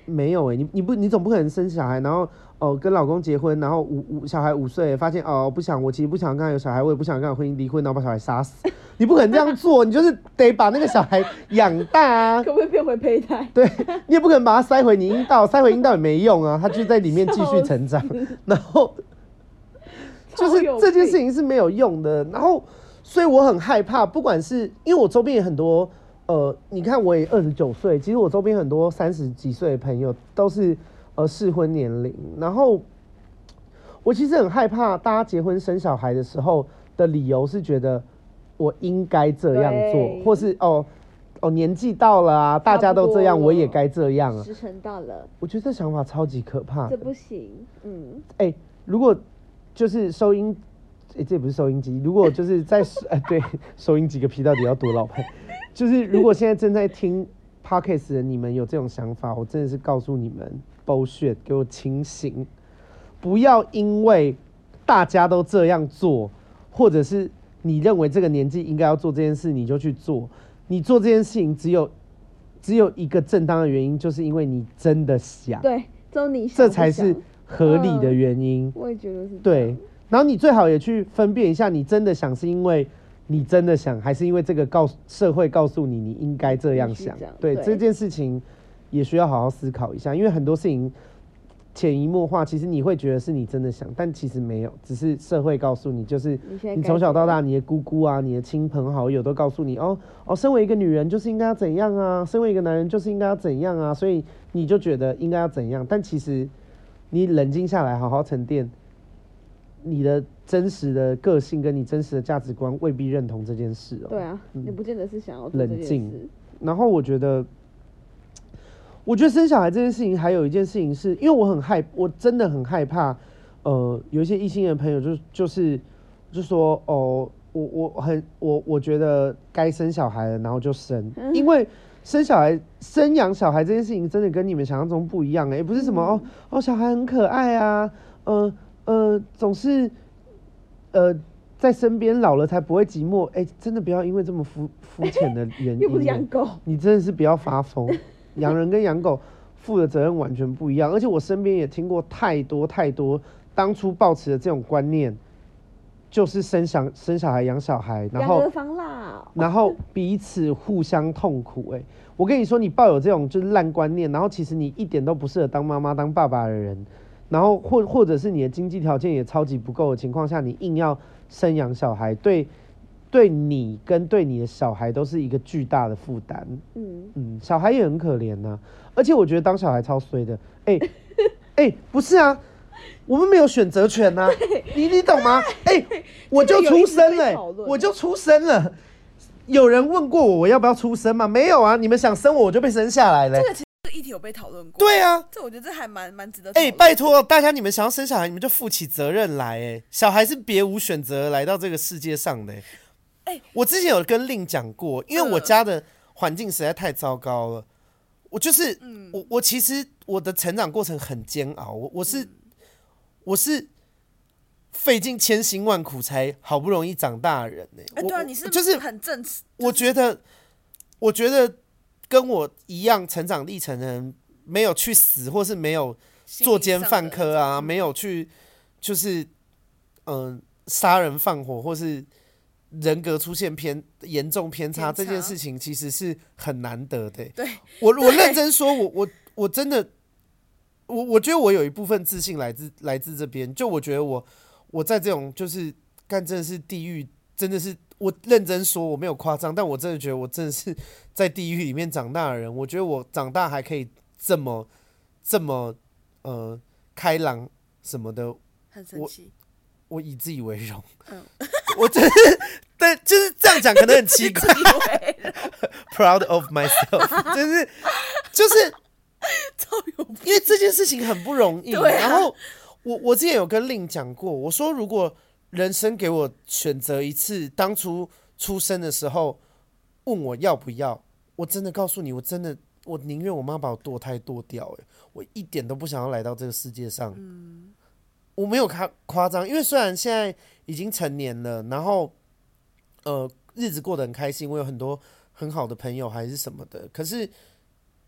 没有哎、欸，你你不你总不可能生小孩，然后哦、呃、跟老公结婚，然后五五小孩五岁，发现哦不想，我其实不想跟他有小孩，我也不想跟他婚姻离婚，然后把小孩杀死，你不可能这样做，你就是得把那个小孩养大啊。 可不可以变回胚胎？ 对，你也不可能把他塞回你阴道，塞回阴道也没用啊，他就在里面继续成长，然后就是这件事情是没有用的，然后所以我很害怕，不管是因为我周边也很多。呃，你看我也二十九岁，其实我周边很多三十几岁的朋友都是呃适婚年龄，然后我其实很害怕大家结婚生小孩的时候的理由是觉得我应该这样做，或是哦哦年纪到了啊，大家都这样，我也该这样啊， 时辰到了， 我觉得这想法超级可怕的， 这不行，嗯， 哎、欸，如果就是收音，哎、欸，这也不是收音机，如果就是在哎、欸、对，收音机个屁，到底要多老派？就是如果现在正在听 podcast 的你们有这种想法，我真的是告诉你们 bullshit， 给我清醒，不要因为大家都这样做，或者是你认为这个年纪应该要做这件事，你就去做。你做这件事情只有只有一个正当的原因，就是因为你真的想， 对，只有你想， 这才是合理的原因。 嗯、我也觉得是对。然后你最好也去分辨一下，你真的想是因为你真的想，还是因为这个告社会告诉你你应该这样想？对，对这件事情也需要好好思考一下，因为很多事情潜移默化，其实你会觉得是你真的想，但其实没有，只是社会告诉你，就是你从小到大，你的姑姑啊、你的亲朋好友都告诉你，哦哦，身为一个女人就是应该要怎样啊，身为一个男人就是应该要怎样啊，所以你就觉得应该要怎样，但其实你冷静下来，好好沉淀。你的真实的个性跟你真实的价值观未必认同这件事哦。 对啊，嗯、你不见得是想要做冷静。然后我觉得，我觉得生小孩这件事情还有一件事情是，因为我很害，我真的很害怕。呃，有一些异性的朋友就就是就说哦，我我很我我觉得该生小孩了，然后就生，嗯、因为生小孩生养小孩这件事情真的跟你们想象中不一样哎、欸，不是什么、嗯、哦哦小孩很可爱啊，呃。呃，总是，呃，在身边老了才不会寂寞。哎、欸，真的不要因为这么肤肤浅的原因， 又不是养狗， 你真的是不要发疯。养人跟养狗负的责任完全不一样，而且我身边也听过太多太多，当初抱持的这种观念，就是生小生小孩养小孩，然后然后彼此互相痛苦、欸。哎，我跟你说，你抱有这种就是烂观念，然后其实你一点都不适合当妈妈当爸爸的人。然后或或者是你的经济条件也超级不够的情况下，你硬要生养小孩，对对你跟对你的小孩都是一个巨大的负担。嗯嗯，小孩也很可怜呐、啊，而且我觉得当小孩超衰的。哎、欸、哎、欸，不是啊，我们没有选择权呐、啊，你你懂吗？哎、欸，我就出生了、欸，我就出生了。有人问过我我要不要出生吗？没有啊，你们想生我我就被生下来了、欸。 这个议题有被讨论过。 对啊， 这我觉得这还蛮蛮值得讨论。 哎、欸，拜托大家，你们想要生小孩，你们就负起责任来。哎，小孩是别无选择来到这个世界上的。哎、欸，我之前有跟令讲过，因为我家的环境实在太糟糕了。我就是，嗯、我我其实我的成长过程很煎熬，我我是、嗯、我是费尽千辛万苦才好不容易长大的人呢。 哎、欸，对啊，你是就是很正、就是， 我觉得，我觉得。跟我一样成长历程的人，没有去死，或是没有作奸犯科啊，没有去就是嗯杀人放火，或是人格出现偏严重偏差，这件事情其实是很难得的、欸。 对， 我我认真说，我我我真的，我我觉得我有一部分自信来自来自这边，就我觉得我我在这种就是干真的是地狱，真的是。我认真说，我没有夸张，但我真的觉得我真的是在地狱里面长大的人。我觉得我长大还可以这么这么呃开朗什么的， 很神奇。 我我以自己为荣。嗯，我真是，但就是这样讲可能很奇怪。Proud of myself， 就是就是因为这件事情很不容易。 对啊、 然后我我之前有跟令讲过，我说如果。人生给我选择一次，当初出生的时候问我要不要，我真的告诉你，我真的我宁愿我妈把我堕胎堕掉、欸，我一点都不想要来到这个世界上。嗯、我没有夸夸张，因为虽然现在已经成年了，然后呃日子过得很开心，我有很多很好的朋友还是什么的，可是，哎、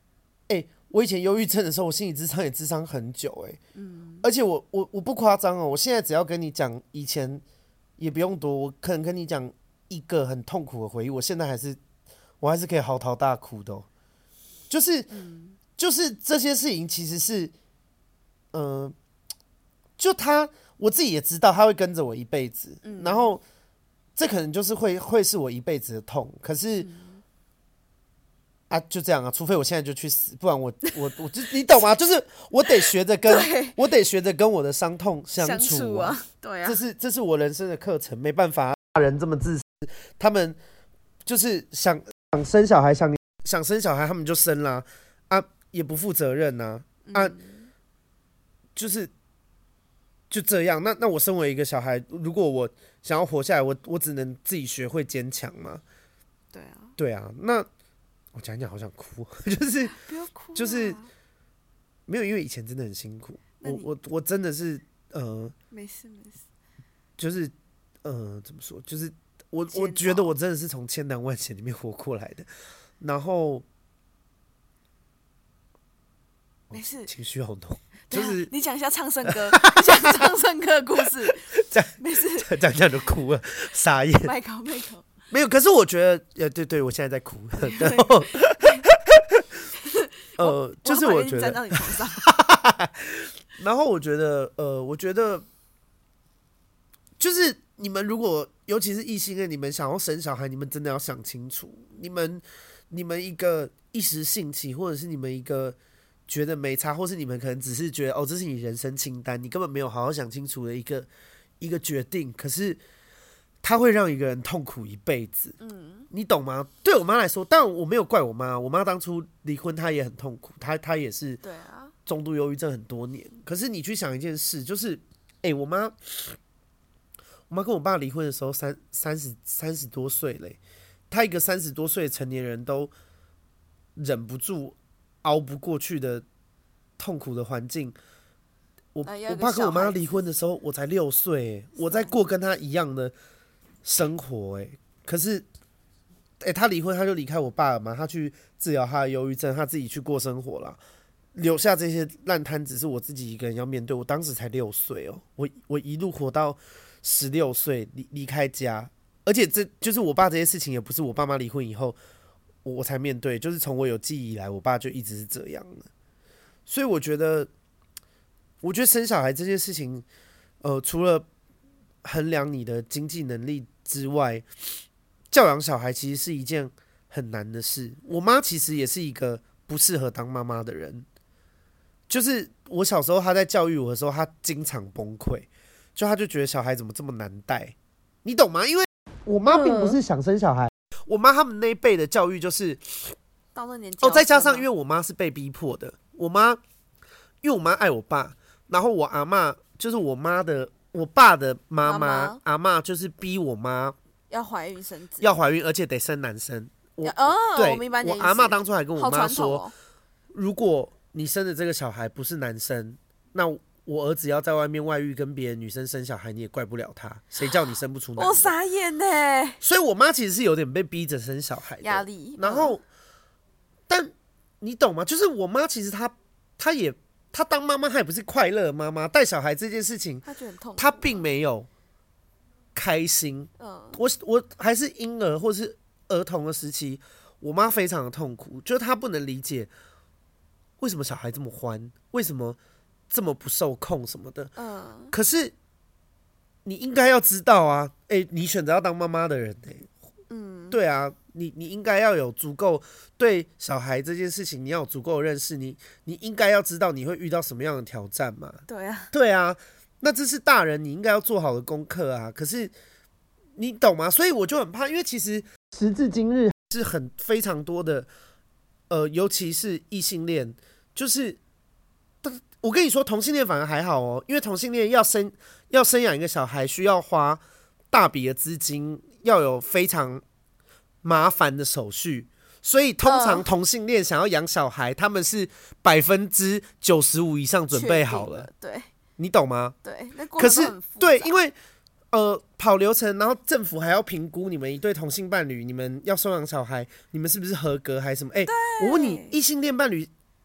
哎、欸，我以前忧郁症的时候，我心理咨商也咨商很久、欸，哎，嗯，而且我我我不夸张哦，我现在只要跟你讲以前也不用多，我可能跟你讲一个很痛苦的回忆，我现在还是我还是可以嚎啕大哭的、哦，就是、嗯、就是这些事情其实是，嗯、呃，就他我自己也知道他会跟着我一辈子、嗯，然后这可能就是会会是我一辈子的痛，可是。嗯啊，就这样啊，除非我现在就去死，不然我我我就你懂吗？就是我得学着跟我得学着跟我的伤痛相处、啊， 相处啊，对啊， 这是这是我人生的课程，没办法、啊，大人这么自私，他们就是想想生小孩，想想生小孩，他们就生啦，啊，也不负责任呐、啊，啊，嗯、就是就这样。那那我身为一个小孩，如果我想要活下来，我我只能自己学会坚强嘛。 对啊， 对啊，那。我讲一讲好想哭，就是不要哭、啊， 就是没有，因为以前真的很辛苦。我我我真的是呃， 没事没事， 就是呃，怎么说？就是我我觉得我真的是从千难万险里面活过来的。然后没事， 情绪好浓，就是你讲一下唱圣歌，你讲唱圣歌的故事，没事， 讲讲就哭了，傻眼。 麦克麦克。 没有，可是我觉得，呃，对对，我现在在哭，然后，呃，就是我觉得， 站到你床上， 然后我觉得，呃，我觉得，就是你们如果，尤其是异性恋，你们想要生小孩，你们真的要想清楚，你们，你们一个一时兴起，或者是你们一个觉得没差，或是你们可能只是觉得，哦，这是你人生清单，你根本没有好好想清楚的一个一个决定，可是。他会让一个人痛苦一辈子，嗯，你懂吗？对我妈来说，但我没有怪我妈，我妈当初离婚，她也很痛苦，她她也是对啊，重度忧郁症很多年。可是你去想一件事，就是，哎、欸，我妈，我妈跟我爸离婚的时候，三三十三十多岁嘞，她一个三十多岁的成年人都忍不住熬不过去的痛苦的环境。我我爸跟我妈离婚的时候，我才六岁，我在过跟他一样的。生活哎、欸，可是哎、欸，他离婚他就离开我爸了嘛，他去治疗他的忧郁症，他自己去过生活了，留下这些烂摊子是我自己一个人要面对。我当时才六岁哦，我我一路活到十六岁离离开家，而且这就是我爸这些事情也不是我爸妈离婚以后我我才面对，就是从我有记忆以来，我爸就一直是这样的。所以我觉得，我觉得生小孩这件事情，呃，除了衡量你的经济能力之外，教养小孩其实是一件很难的事。我妈其实也是一个不适合当妈妈的人，就是我小时候她在教育我的时候，她经常崩溃，就她就觉得小孩怎么这么难带，你懂吗？因为我妈并不是想生小孩，嗯、我妈他们那一辈的教育就是到那年纪哦，再加上因为我妈是被逼迫的，我妈因为我妈爱我爸，然后我阿嬷就是我妈的。我爸的妈妈阿嬷就是逼我妈要怀孕生子， 要怀孕，而且得生男生。我哦， 对， 我明白你的意思。 我阿嬷当初还跟我妈说、 哦， 如果你生的这个小孩不是男生，那我儿子要在外面外遇跟别的女生生小孩，你也怪不了他，谁叫你生不出男的？ 我傻眼呢。 所以我妈其实是有点被逼着生小孩的压力。 然后，嗯、但你懂吗？就是我妈其实她她也。她当妈妈，她也不是快乐的妈妈。带小孩这件事情， 她觉得很痛苦， 她并没有开心。嗯，我我还是婴儿或是儿童的时期，我妈非常的痛苦，就是她不能理解为什么小孩这么欢，为什么这么不受控什么的。嗯，可是你应该要知道啊，哎、欸，你选择要当妈妈的人、欸，嗯，对啊。你你应该要有足够对小孩这件事情，你要有足够的认识，你你应该要知道你会遇到什么样的挑战嘛？ 对啊， 对啊，那这是大人你应该要做好的功课啊。可是你懂吗？所以我就很怕，因为其实时至今日是很非常多的，呃，尤其是异性恋，就是我跟你说，同性恋反而还好哦，因为同性恋要生要生养一个小孩，需要花大笔的资金，要有非常麻烦的手续，所以通常同性恋想要养小孩，他们是百分之九十五以上准备好了， 对， 你懂吗？ 对，那过程都很复杂。 可是对，因为呃跑流程，然后政府还要评估你们一对同性伴侣，你们要收养小孩，你们是不是合格还是什么？哎、欸，我问你，异性恋伴侣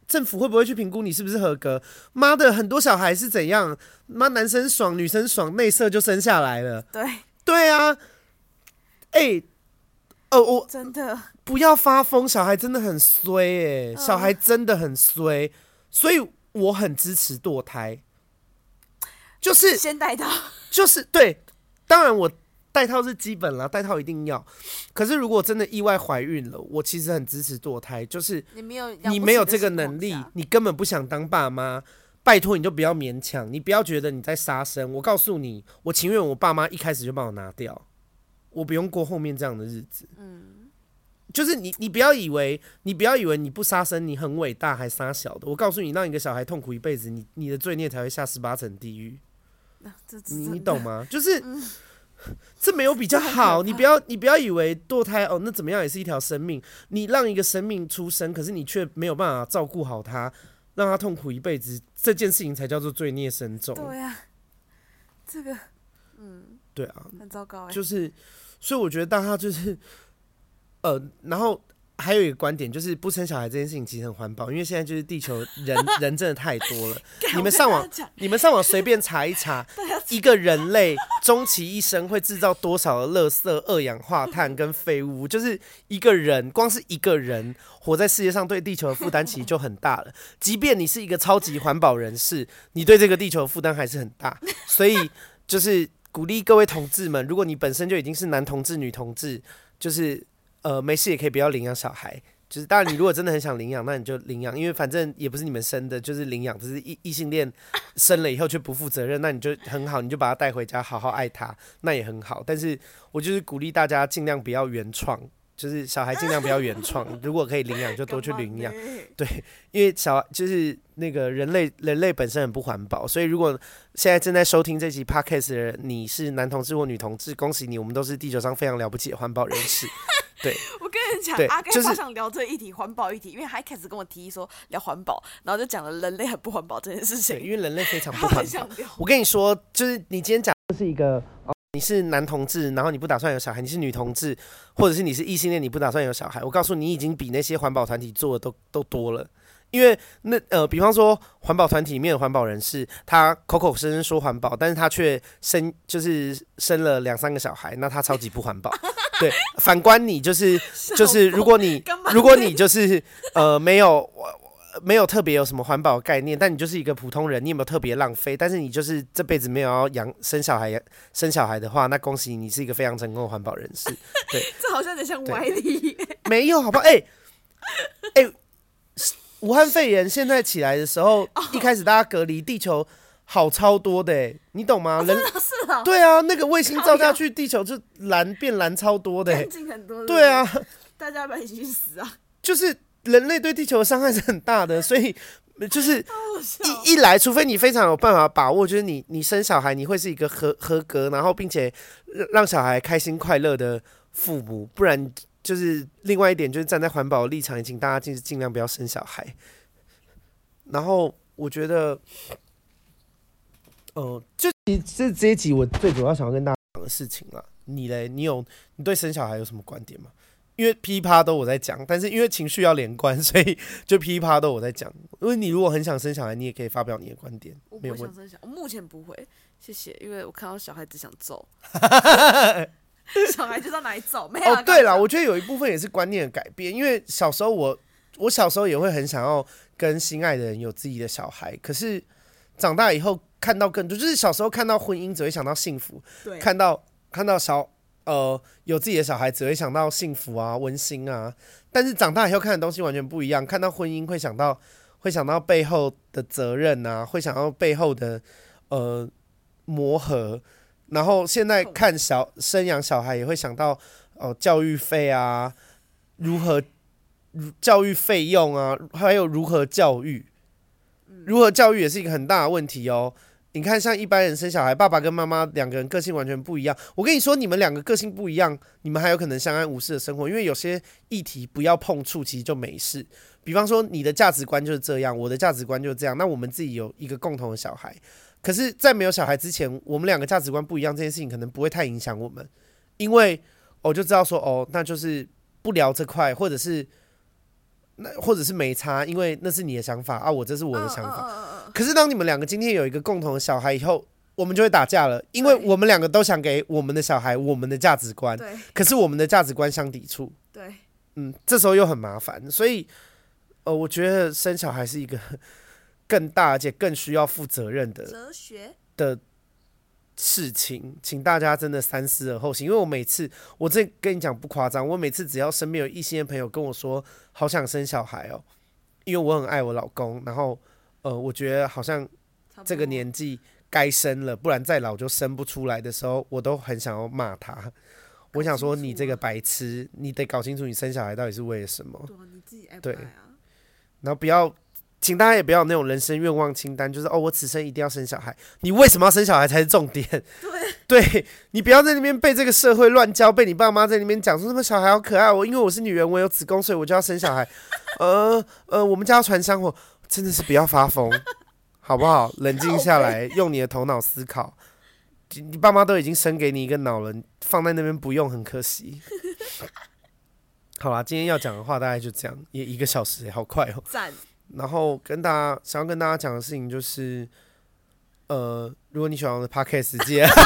政府会不会去评估你是不是合格？妈的，很多小孩是怎样？妈男生爽，女生爽，内射就生下来了。 对， 对啊，哎、欸，呃，我真的不要发疯，小孩真的很衰哎、欸呃，小孩真的很衰，所以我很支持堕胎，就是先戴套， 就是对，当然我。戴套是基本啦，戴套一定要。可是如果真的意外怀孕了，我其实很支持堕胎，就是你没有你没有这个能力，你根本不想当爸妈，拜托你就不要勉强，你不要觉得你在杀生。我告诉你，我情愿我爸妈一开始就把我拿掉，我不用过后面这样的日子。嗯，就是你，你不要以为你不要以为你不杀生，你很伟大还杀小的。我告诉你，让一个小孩痛苦一辈子，你你的罪孽才会下十八层地狱。你你懂吗？就是。嗯，这没有比较好，你不要你不要以为堕胎哦，那怎么样也是一条生命。你让一个生命出生，可是你却没有办法照顾好它，让它痛苦一辈子，这件事情才叫做罪孽深重。 对啊，这个，嗯， 对啊， 很糟糕哎。 就是，所以我觉得大家就是，呃，然后还有一个观点就是，不生小孩这件事情其实很环保，因为现在就是地球人人真的太多了。你们上网，你们上网随便查一查，一个人类终其一生会制造多少的垃圾、二氧化碳跟废物，就是一个人，光是一个人活在世界上，对地球的负担其实就很大了。即便你是一个超级环保人士，你对这个地球的负担还是很大。所以就是鼓励各位同志们，如果你本身就已经是男同志、女同志，就是呃没事也可以不要领养小孩。就是当然，你如果真的很想领养，那你就领养，因为反正也不是你们生的，就是领养，只是异异性恋生了以后却不负责任，那你就很好，你就把他带回家，好好爱他，那也很好。但是我就是鼓励大家尽量不要原创，就是小孩尽量不要原创，如果可以领养就多去领养，对，因为小就是那个人类人类本身很不环保，所以如果现在正在收听这集 podcast 的人，你是男同志或女同志，恭喜你，我们都是地球上非常了不起的环保人士。对， 我跟你讲，阿该超想聊这议题，环保议题，因为他一开始跟我提议说聊环保，然后就讲了人类很不环保这件事情。 对，因为人类非常不环保。我跟你说，就是你今天讲的是一个、哦，你是男同志，然后你不打算有小孩；你是女同志，或者是你是异性恋，你不打算有小孩。我告诉你，你已经比那些环保团体做的都都多了。因为那呃，比方说环保团体里面的环保人士，他口口声声说环保，但是他却生就是生了两三个小孩，那他超级不环保。对，反观你就是就是，如果你如果你就是呃没有没有特别有什么环保概念，但你就是一个普通人，你有没有特别浪费？但是你就是这辈子没有要养生小孩生小孩的话，那恭喜你，你是一个非常成功的环保人士。对， 这好像有点像歪理。 没有，好不好？哎、欸、哎。欸武汉肺炎现在起来的时候， oh. 一开始大家隔离，地球好超多的哎，你懂吗？ 人、oh, 是啊， 对啊，那个卫星照下去，地球就蓝变蓝超多的， 干净很多是不是。 对啊， 大家要不要一起去死啊？ 就是人类对地球的伤害是很大的，所以就是一一来，除非你非常有办法把握，就是你你生小孩，你会是一个合合格，然后并且让小孩开心快乐的父母，不然。就是另外一点，就是站在环保的立场，请大家尽尽量不要生小孩。然后我觉得，呃，就这这一集我最主要想要跟大家讲的事情啦。你嘞，你有你对生小孩有什么观点吗？因为噼啪都我在讲，但是因为情绪要连贯，所以就噼啪都我在讲。因为你如果很想生小孩，你也可以发表你的观点。 我不想生小孩，我目前不会，谢谢，因为我看到小孩只想揍。小孩就到哪里走？没有、啊。 哦，对了，我觉得有一部分也是观念的改变，因为小时候我，我小时候也会很想要跟心爱的人有自己的小孩，可是长大以后看到更多，就是小时候看到婚姻只会想到幸福，看到看到小呃有自己的小孩只会想到幸福啊、温馨啊，但是长大以后看的东西完全不一样，看到婚姻会想到会想到背后的责任啊，会想到背后的呃磨合。然后现在看小生养小孩也会想到哦教育费啊，如何教育费用啊，还有如何教育，如何教育也是一个很大的问题哦。你看，像一般人生小孩，爸爸跟妈妈两个人个性完全不一样。我跟你说，你们两个个性不一样，你们还有可能相安无事的生活，因为有些议题不要碰触，其实就没事。比方说，你的价值观就是这样，我的价值观就是这样，那我们自己有一个共同的小孩。可是，在没有小孩之前，我们两个价值观不一样，这件事情可能不会太影响我们，因为我就知道说，哦，那就是不聊这块，或者是那或者是没差，因为那是你的想法啊，我这是我的想法。 嗯嗯嗯嗯、 可是当你们两个今天有一个共同的小孩以后，我们就会打架了，因为我们两个都想给我们的小孩我们的价值观， 对， 可是我们的价值观相抵触， 对， 嗯，这时候又很麻烦，所以，呃，我觉得生小孩是一个更大而且更需要负责任的哲学的事情，请大家真的三思而后行。因为我每次，我这跟你讲不夸张，我每次只要身边有异性的朋友跟我说好想生小孩哦，因为我很爱我老公，然后呃，我觉得好像这个年纪该生了，不然再老就生不出来的时候，我都很想要骂他。我想说，你这个白痴，你得搞清楚你生小孩到底是为了什么。 对啊，你自己爱不爱啊？ 然后不要，请大家也不要有那种人生愿望清单，就是哦，我此生一定要生小孩。你为什么要生小孩才是重点？对，对你不要在那边被这个社会乱教，被你爸妈在那边讲说什么小孩好可爱，我因为我是女人，我有子宫，所以我就要生小孩。呃呃，我们家要传香火，真的是不要发疯，好不好？冷静下来，用你的头脑思考。你爸妈都已经生给你一个脑了，放在那边不用，很可惜。好啦，今天要讲的话大概就这样，也一个小时，好快哦。 赞。 然后跟大家想要跟大家讲的事情就是，呃，如果你喜欢我的 podcast， 记得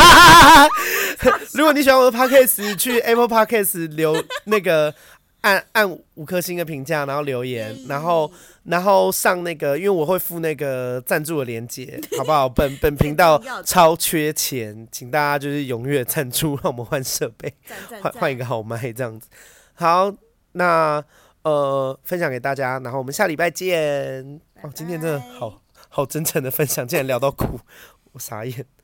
如果你喜欢我的 podcast， 你去 Apple Podcast 留那个按按五颗星的评价，然后留言，然后然后上那个，因为我会附那个赞助的连结，好不好？本本频道超缺钱，请大家就是踊跃赞助，让我们换设备，换换一个好麦这样子。好，那呃分享给大家，然后我们下礼拜见。拜拜哦，今天真的好好真诚的分享，竟然聊到哭，我傻眼。